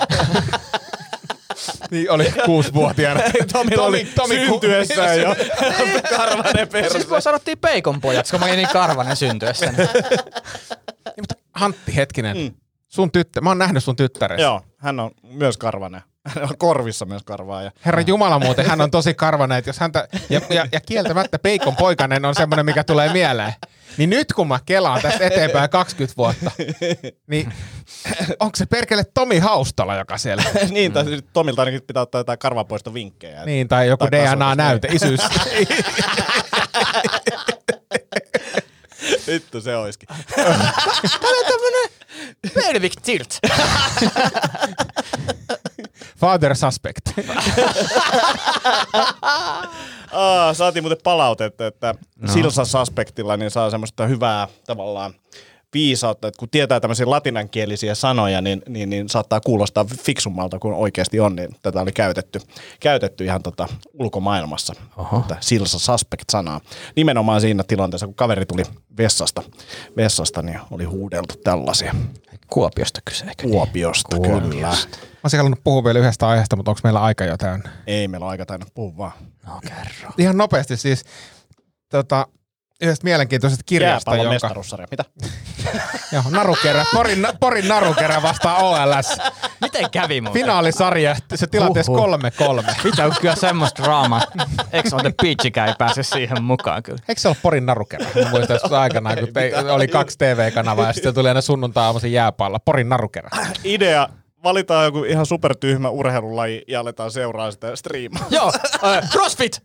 Niin oli kuusivuotiaana. Tomi, Tomi, Tomi syntyessään jo karvanen perse. Siis sanottiin peikon pojaksi, kun mä olin niin karvanen syntyessä. Mutta Antti, hetkinen. Mm. Sun tyttö, mä oon nähnyt sun tyttäressä. Joo, hän on myös karvanen. Hän on korvissa myös karvaa. Ja... Herra Jumala muuten, hän on tosi karvanen, että jos häntä, ja, ja, ja kieltämättä peikon poikainen on semmoinen, mikä tulee mieleen. Niin nyt kun mä kelaan tästä eteenpäin kaksikymmentä vuotta, niin onko se perkele Tomi Haustola, joka siellä? Niin, tai mm. Tomilta ainakin pitää ottaa jotain karvanpoistovinkkejä. Niin, tai joku D N A-näyte, isyys. Vittu, se oiskin. Tää on tämmönen pelvic tilt. Father suspect. Aa, saatiin muuten palautetta, että no. Silsa suspektilla niin saa semmoista hyvää tavallaan viisautta, että kun tietää tämmöisiä latinankielisiä sanoja, niin, niin, niin saattaa kuulostaa fiksummalta kuin oikeasti on, niin tätä oli käytetty, käytetty ihan tota ulkomaailmassa, Silsa suspect-sanaa. Nimenomaan siinä tilanteessa, kun kaveri tuli vessasta, vessasta niin oli huudeltu tällaisia. Kuopiosta kyse, eikö niin? Kuopiosta, Kuopiosta. Kyllä. Mä olisin halunnut puhua vielä yhdestä aiheesta, mutta onko meillä aika jo täynnä? Ei meillä ole aika täynnä, puhu vaan. No kerro. Ihan nopeasti siis tota, yhdestä mielenkiintoisesta kirjasta, Jääpallon jonka... mestaruussarja, mitä? Joo, narukerä, Porin, Porin narukerä vastaan O L S. Miten kävi muuten? Finaalisarja, se tilanteessa kolme kolme. Mitä on kyllä semmoista draamaa. Ex on the Beachikään ei pääse siihen mukaan kyllä. Eikö se ole Porin narukerä? Mä muistan joskus aikanaan, kun te, oli kaksi T V-kanavaa ja sitten tuli aina sunnuntai-aamuisin jääpalla. Porin narukerä. Idea. Valitaan joku ihan supertyhmä urheilulaji ja aletaan seuraa sitä striimaa. Joo, uh, CrossFit!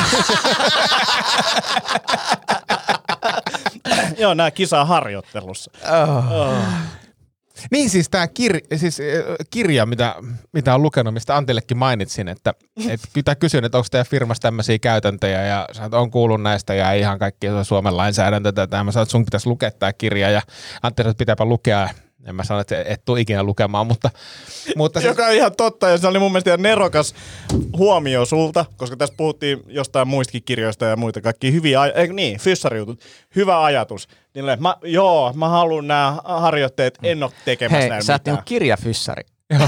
Joo, nää kisaa harjoittelussa. Oh. Oh. Niin siis tämä kir- siis, äh, kirja, mitä, mitä on lukenut, mistä Antillekin mainitsin, että et, kyllä kysyin, että onko teidän firmassa tämmöisiä käytäntöjä ja sä on kuullut näistä ja ihan kaikki Suomen lainsäädäntö tätä. Mä sanoin, että sun pitäisi lukea tämä kirja ja Antti sanoi, että pitääpä lukea. En mä sano, että et tule ikinä lukemaan, mutta... mutta se... Joka on ihan totta, ja se oli mun mielestä ihan nerokas huomio sulta, koska tässä puhuttiin jostain muistakin kirjoista ja muita kaikkia hyviä, aj- eikö niin, fyssariutut, hyvä ajatus. Niin mä, joo, mä haluan nämä harjoitteet, en ole tekemässä Hei, näin sä mitään. oot niinku kirjafyssari.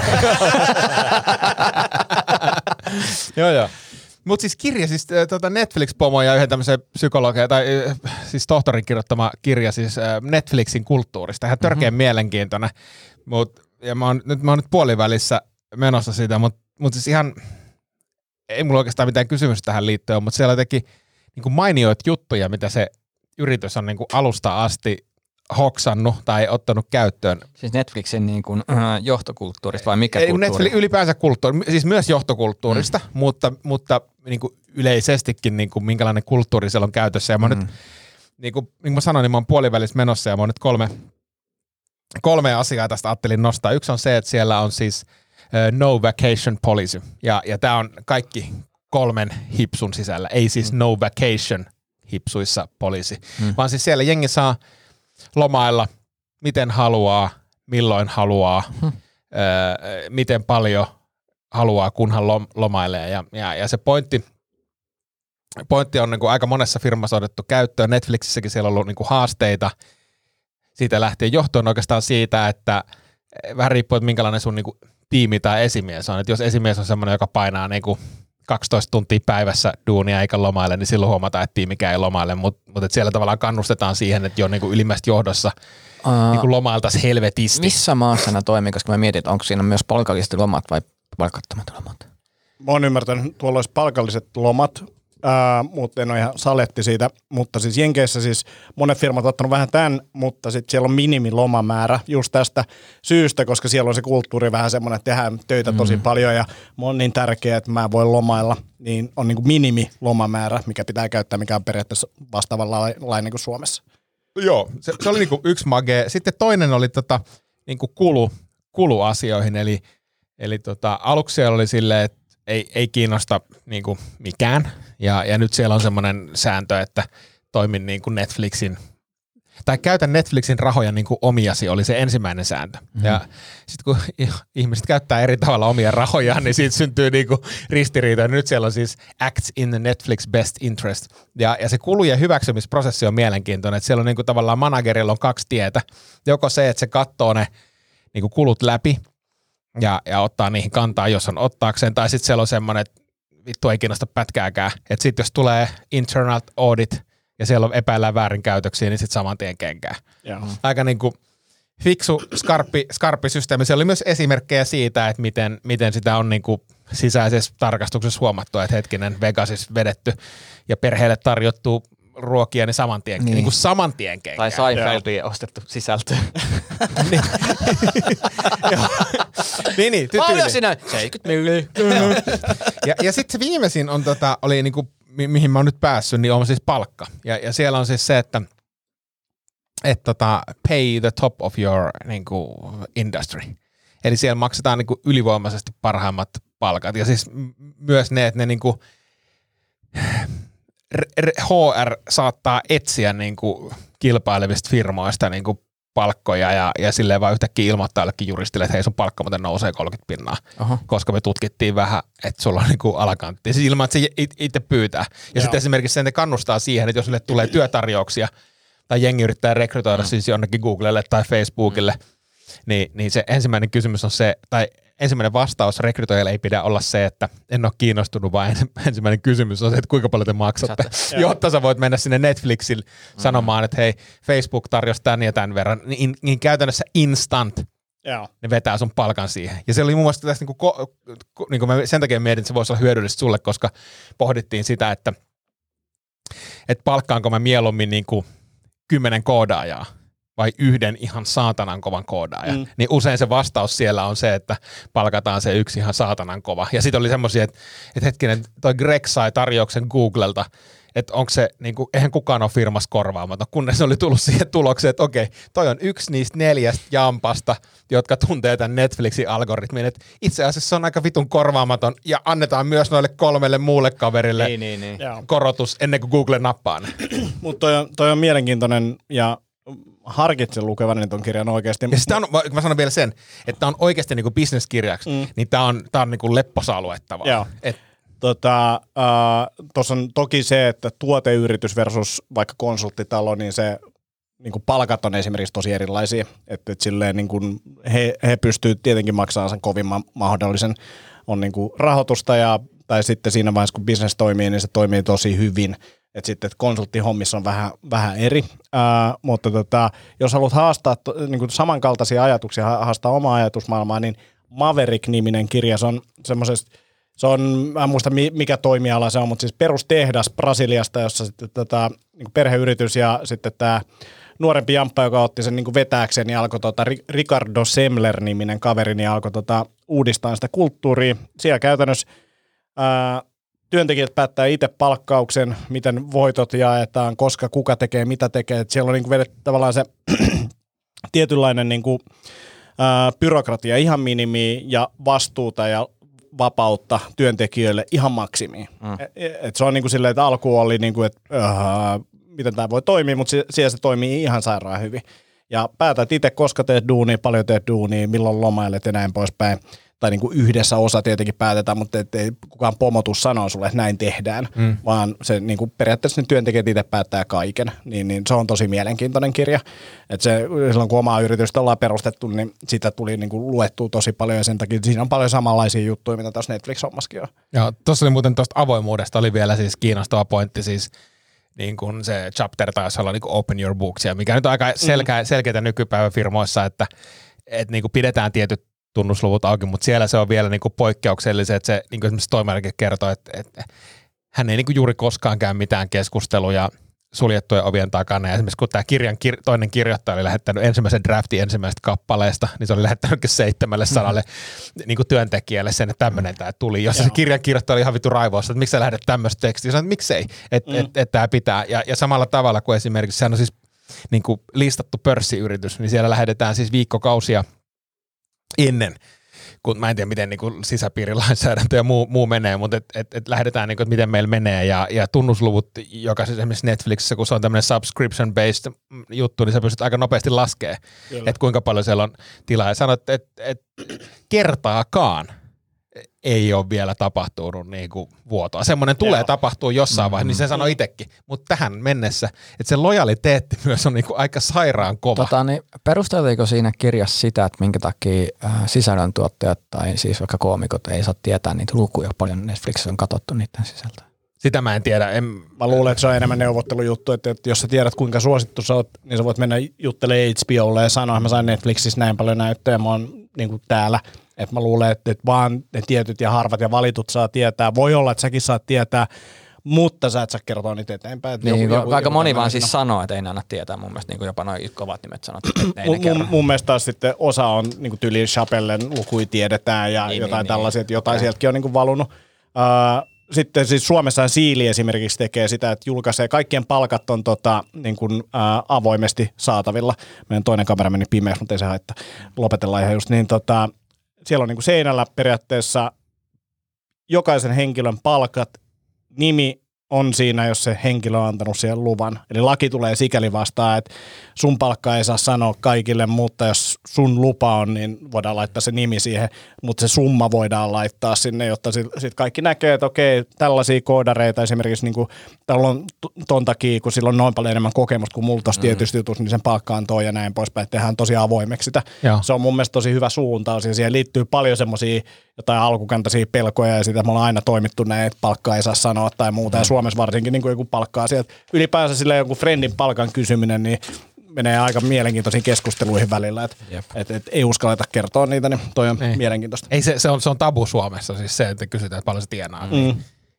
Joo, joo. Mutta siis kirja, siis tota Netflix-pomo ja yhden tämmöisen psykologian, tai siis tohtorin kirjoittama kirja siis Netflixin kulttuurista. Ihan törkeän mm-hmm. mielenkiintoinen. Mut, ja mä oon, nyt, mä oon nyt puolivälissä menossa siitä, mutta mut siis ihan, ei mulla oikeastaan mitään kysymystä tähän liittyen, mutta siellä teki niinku mainioit juttuja, mitä se yritys on niinku alusta asti hoksannut tai ottanut käyttöön. Siis Netflixin niin kuin, äh, johtokulttuurista vai mikä Ei, kulttuuri? Netflix ylipäänsä kulttuuri, siis myös johtokulttuurista, mm. mutta, mutta niin kuin yleisestikin niin kuin minkälainen kulttuuri siellä on käytössä. Ja mä mm. nyt, niin kuin, niin kuin mä sanoin, niin mä oon puolivälissä menossa ja mä oon nyt kolme, kolme asiaa tästä ajattelin nostaa. Yksi on se, että siellä on siis uh, no vacation policy ja, ja tää on kaikki kolmen hipsun sisällä, ei siis mm. no vacation hipsuissa policy, mm. vaan siis siellä jengi saa lomailla miten haluaa, milloin haluaa, hmm. öö, miten paljon haluaa, kunhan lomailee. Ja, ja, ja se pointti, pointti on niin kuin aika monessa firmassa otettu käyttöön. Netflixissäkin siellä on ollut niin kuin haasteita. Siitä lähtien johtuen oikeastaan siitä, että vähän riippuu, että minkälainen sun niin kuin tiimi tai esimies on. Että jos esimies on semmoinen, joka painaa niin kuin kaksitoista tuntia päivässä duunia eikä lomaile, niin silloin huomataan, että tiimikään ei lomaile, mutta mut siellä tavallaan kannustetaan siihen, että jo niinku ylimmästä johdossa uh, niinku lomailtaisiin helvetisti. Missä maassa nämä toimii, koska mä mietin, että onko siinä myös palkalliset lomat vai palkattomat lomat? Mä oon ymmärtänyt, että tuolla olisi palkalliset lomat ää, mutta en ole ihan saletti siitä. Mutta siis Jenkeissä siis monet firmat on ottanut vähän tämän, mutta sitten siellä on minimilomamäärä just tästä syystä, koska siellä on se kulttuuri vähän semmoinen, että tehdään töitä tosi mm. paljon ja on niin tärkeää, että mä voin lomailla, niin on niin kuin minimilomamäärä, mikä pitää käyttää, mikä on periaatteessa vastaavanlainen kuin Suomessa. Joo, se, se oli niinku yksi mage. Sitten toinen oli tota, niinku kulu, kuluasioihin, eli, eli tota, aluksi siellä oli silleen, että ei, ei kiinnosta niinku mikään, ja, ja nyt siellä on semmoinen sääntö, että toimin niinku Netflixin, tai käytän Netflixin rahoja niinku omiasi, oli se ensimmäinen sääntö. Mm-hmm. Ja sitten kun ihmiset käyttää eri tavalla omia rahojaan, niin siitä syntyy niinku ristiriitoja. Nyt siellä on siis acts in the Netflix best interest. Ja, ja se kulujen hyväksymisprosessi on mielenkiintoinen, että siellä on niinku tavallaan managerilla on kaksi tietä. Joko se, että se katsoo ne niinku kulut läpi ja, ja ottaa niihin kantaa, jos on ottaakseen, tai sitten siellä on semmoinen, että vittu ei kiinnosta pätkääkään. Että sitten jos tulee internal audit, ja siellä on epäillään väärinkäytöksiä, niin sitten saman tien kenkää. Joo. Aika niin kuin fiksu, skarppi, skarppi systeemi. Siellä oli myös esimerkkejä siitä, että miten, miten sitä on niin kuin sisäisessä tarkastuksessa huomattu, että hetkinen Vegasissa vedetty ja perheelle tarjottu ruokia, niin saman tien, niin. Niin kuin saman tien kenkää. Tai Seinfeldiin ostettu sisältöä. niin, niin, niin paljon sinä? seitsemänkymmentä miljoonaa. ja ja sitten se viimeisin on, tota, oli niinku mi- mihin mä oon nyt päässyt, niin on siis palkka. Ja, ja siellä on siis se, että et tota, pay the top of your niinku, industry. Eli siellä maksetaan niinku ylivoimaisesti parhaimmat palkat. Ja siis m- myös ne, että ne niinku, H R saattaa etsiä niinku kilpailevista firmoista niinku palkkoja ja, ja silleen vaan yhtäkkiä ilmoittaa jollekin juristille, että hei sun palkka muuten nousee kolmekymmentä pinnaa, Aha. koska me tutkittiin vähän, että sulla on niinku alakantti. Siis ilman, että se itse pyytää. Ja sitten esimerkiksi sen kannustaa siihen, että jos sille tulee työtarjouksia tai jengi yrittää rekrytoida mm. siis jonnekin Googlelle tai Facebookille, mm. niin, niin se ensimmäinen kysymys on se, tai ensimmäinen vastaus rekrytoijalle ei pidä olla se, että en ole kiinnostunut, vaan ensimmäinen kysymys on se, että kuinka paljon te maksatte, Sata. jotta sä voit mennä sinne Netflixille mm. sanomaan, että hei, Facebook tarjosi tän ja tän verran, niin, niin käytännössä instant Joo. ne vetää sun palkan siihen. Ja se oli muun muassa tästä, niin kuin, niin kuin mä sen takia mietin, että se voisi olla hyödyllistä sulle, koska pohdittiin sitä, että, että palkkaanko mä mieluummin niin kuin kymmenen koodaajaa, vai yhden ihan saatanan kovan koodaajan, mm. niin usein se vastaus siellä on se, että palkataan se yksi ihan saatanan kova. Ja sitten oli semmoisia, että, että hetkinen, toi Greg sai tarjouksen Googlelta, että onko se, niin kuin, eihän kukaan ole firmassa korvaamaton, kunnes oli tullut siihen tulokseen, että okei, toi on yksi niistä neljästä jampasta, jotka tuntee tämän Netflixin algoritmin, että itse asiassa se on aika vitun korvaamaton, ja annetaan myös noille kolmelle muulle kaverille niin, niin, niin. korotus ennen kuin Google nappaa ne. Mutta toi, toi on mielenkiintoinen, ja harkitsen lukevani ton kirjan oikeasti. Ja sitä on, mä sanon vielä sen, että tämä on oikeasti niinku bisneskirjaksi, mm. niin tämä on, tää on niinku lepposa alue vaan. Et Tota, tuossa äh, on toki se, että tuoteyritys versus vaikka konsulttitalo, niin se niin kuin palkat on esimerkiksi tosi erilaisia. Että et silleen niin kuin he, he pystyvät tietenkin maksamaan sen kovimman mahdollisen on niin kuin rahoitusta, ja, tai sitten siinä vaiheessa, kun business toimii, niin se toimii tosi hyvin. Että sitten et konsulttihommissa on vähän, vähän eri, äh, mutta tota, jos haluat haastaa to, niin kuin samankaltaisia ajatuksia, haastaa omaa ajatusmaailmaa, niin Maverick-niminen kirja, se on semmoisesta, se on, mä en muista mikä toimiala se on, mutta siis perustehdas Brasiliasta, jossa sitten tota, niin perheyritys ja sitten tämä nuorempi jamppa, joka otti sen niin vetääkseen, niin alkoi tota, Ricardo Semler-niminen kaveri, niin alkoi tota, uudistaa sitä kulttuuria. Siellä käytännössä ää, työntekijät päättää itse palkkauksen, miten voitot jaetaan, koska kuka tekee, mitä tekee. Et siellä on niin vedetty tavallaan se tietynlainen niin kuin, ää, byrokratia ihan minimiin ja vastuuta ja vapautta työntekijöille ihan maksimiin. Mm. Et, et se on niin kuin silleen, että alkuun oli niin kuin, että uh, miten tämä voi toimia, mutta siellä se toimii ihan sairaan hyvin. Ja päätät itse, koska teet duunia, paljon teet duunia, milloin lomailet ja näin poispäin. Tai niin kuin yhdessä osa tietenkin päätetään, mutta ei kukaan pomotus sanoa sulle, että näin tehdään, mm. vaan se niin kuin periaatteessa ne työntekijät itse päättää kaiken. Niin, niin se on tosi mielenkiintoinen kirja. Et se, silloin kun omaa yritystä ollaan perustettu, niin sitä tuli niin kuin luettua tosi paljon, ja sen takia siinä on paljon samanlaisia juttuja, mitä tuossa Netflix-hommassakin on. Joo, tuossa oli muuten tuosta avoimuudesta oli vielä siis kiinnostava pointti, siis niin kuin se chapter taisi olla niin kuin open your books, mikä nyt on aika selkeä, selkeitä nykypäivän firmoissa, että, että niin kuin pidetään tietyt tunnusluvut auki, mutta siellä se on vielä niin kuin poikkeuksellisen, että se niin kuin esimerkiksi toimarikin kertoo, että, että hän ei niin kuin juuri koskaan käy mitään keskusteluja suljettujen ovien takana. Ja esimerkiksi kun tämä kirjan kir- toinen kirjoittaja oli lähettänyt ensimmäisen draftin ensimmäisestä kappaleesta, niin se oli lähettänyt seitsemälle sadalle mm-hmm. niin kuin työntekijälle sen, että tämmöinen tämä tuli. Jos se kirjan kirjoittaja oli ihan vittu raivoissa, että miksi sä lähdet tämmöistä tekstiä, sanoin, että miksei, että mm. et, et, et tämä pitää. Ja, ja samalla tavalla kuin esimerkiksi, sehän on siis niin kuin listattu pörssiyritys, niin siellä lähetetään siis viikkokausia ennen, kun mä en tiedä, miten niin kuin sisäpiirilainsäädäntö ja muu, muu menee, mutta et, et, et lähdetään, niin kuin, että miten meillä menee, ja, ja tunnusluvut, joka siis esimerkiksi Netflixissä, kun se on tämmöinen subscription-based juttu, niin sä pystyt aika nopeasti laskemaan, että kuinka paljon siellä on tilaa, ja sanot, että et, kertaakaan ei ole vielä tapahtunut niin kuin vuotoa. Semmoinen tulee tapahtua jossain vaiheessa, niin se sanoi itsekin. Mutta tähän mennessä, että se lojaliteetti myös on niin kuin aika sairaan kova. Tota, niin perusteltiinko siinä kirjassa sitä, että minkä takia äh, sisällöntuottajat tai siis vaikka koomikot ei saa tietää niitä lukuja, paljon Netflixissä on katsottu niiden sisältöä? Sitä mä en tiedä. En... Mä luulen, että se on enemmän neuvottelujuttu, että, että jos sä tiedät kuinka suosittu sä oot, niin sä voit mennä juttelemaan H B O:lle ja sanoa, että mä sain Netflixissä näin paljon näyttöjä, mä oon niin kuin täällä. Että mä luulen, että, että vaan ne tietyt ja harvat ja valitut saa tietää. Voi olla, että säkin saat tietää, mutta sä et saa kertoa niitä eteenpäin. Niin, joku, joku, aika joku moni vaan no. siis sanoo, että ei ne anna tietää. Mun mielestä niin jopa noin kovat nimet sanoo, että ei ne kerro. Mun, mun mielestä taas sitten osa on niin tyyliin Chappellen lukuja tiedetään ja niin, jotain niin, tällaisia, että jotain okay. sieltäkin on niin valunut. Uh, Sitten siis Suomessa Siili esimerkiksi tekee sitä, että julkaisee kaikkien palkat on tota, niin kuin, ää, avoimesti saatavilla. Meidän toinen kamera meni pimeäksi, mutta ei se haittaa. Lopetellaan ihan just niin. Tota, siellä on niin kuin seinällä periaatteessa jokaisen henkilön palkat, nimi on siinä, jos se henkilö on antanut siihen luvan. Eli laki tulee sikäli vastaan, että sun palkka ei saa sanoa kaikille, mutta jos sun lupa on, niin voidaan laittaa se nimi siihen, mutta se summa voidaan laittaa sinne, jotta sitten kaikki näkee, että okei, tällaisia koodareita esimerkiksi niin kuin, tällä on ton takia, kun sillä on noin paljon enemmän kokemusta kuin mulla tuossa mm. tietysti jutussa, niin sen palkka on toi ja näin poispäin, että tehdään tosi avoimeksi sitä. Joo. Se on mun mielestä tosi hyvä suuntaus ja siihen liittyy paljon semmoisia jotain alkukantaisia pelkoja ja sitä, että me ollaan aina toimittu näin, että palkkaa ei saa sanoa tai muuta. Mm. Ja Suomessa varsinkin niin kuin joku palkkaa sieltä. Ylipäänsä silleen joku friendin palkan kysyminen, niin menee aika mielenkiintoisiin keskusteluihin välillä. Että et, et ei uskalleta kertoa niitä, niin toi on ei. mielenkiintoista. Ei, se, se, on, se on tabu Suomessa, siis se, että kysytään, että paljon se tienaa. Mm.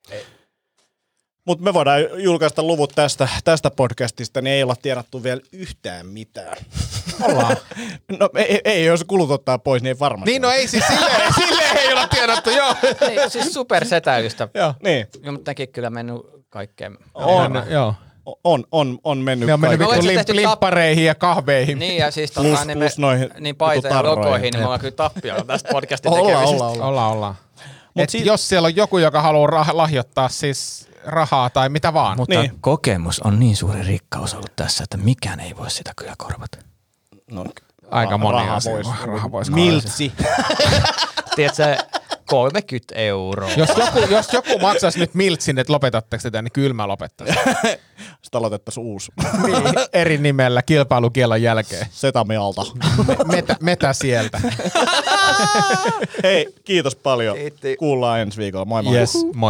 Mutta me voidaan julkaista luvut tästä, tästä podcastista, niin ei olla tienattu vielä yhtään mitään. Ollaan. No ei, ei, jos kulut ottaa pois, niin ei varmasti. Niin, no ei siis silleen, silleen ei olla tienattu, joo. Niin, siis supersetäilystä. Joo. Niin. Joo, mutta nekin kyllä mennyt kaikkeen. On, on, joo. On, on, on mennyt. Ne on mennyt limp, limppareihin ja kahveihin. Niin, ja siis plus, tota, niin, plus noihin, niin paita ja logoihin, niin me ollaan kyllä tappiolla tästä podcastin olla, tekemisestä. Olla, olla. Ollaan, ollaan. Et si- jos siellä on joku, joka haluaa rah- lahjoittaa siis rahaa tai mitä vaan. Mutta niin. kokemus on niin suuri rikkaus ollut tässä, että mikään ei voi sitä kyllä korvata. No, aika moni raha asia. Vois, raha voisi miltsi. Tiedätkö, kolmekymmentä euroa. Jos joku, jos joku maksaisi nyt miltsin, että lopetatteko sitä, niin kyllä mä lopettaisin. Sitten aloitettaisiin uusi. Niin, eri nimellä kilpailukielon jälkeen. Setamialta. Metä, metä sieltä. Hei, kiitos paljon. Kiitti. Kuullaan ensi viikolla. Moi moi. Yes, moi.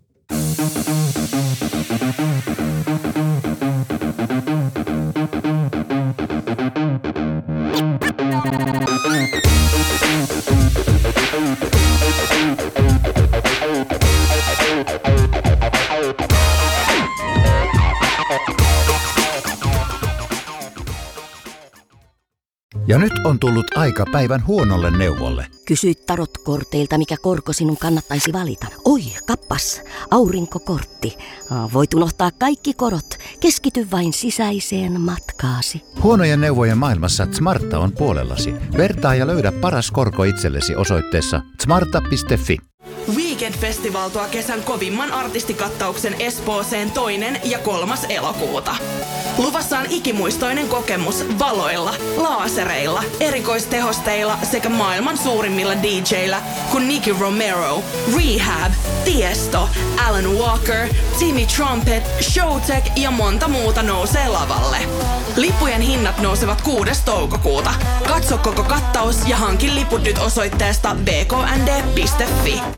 Ja nyt on tullut aika päivän huonolle neuvolle. Kysy tarotkorteilta, mikä korko sinun kannattaisi valita. Oi, kappas, aurinkokortti. Voit unohtaa kaikki korot. Keskity vain sisäiseen matkaasi. Huonojen neuvojen maailmassa Smarta on puolellasi. Vertaa ja löydä paras korko itsellesi osoitteessa smarta piste fi. Weekend Festival tuo kesän kovimman artistikattauksen Espooseen toinen ja kolmas elokuuta. Luvassa on ikimuistoinen kokemus valoilla, laasereilla, erikoistehosteilla sekä maailman suurimmilla D J:illä kuin Nicky Romero, Rehab, Tiesto, Alan Walker, Timmy Trumpet, Showtek ja monta muuta nousee lavalle. Lippujen hinnat nousevat kuudes toukokuuta. Katso koko kattaus ja hankin liput nyt osoitteesta b k n d piste f i.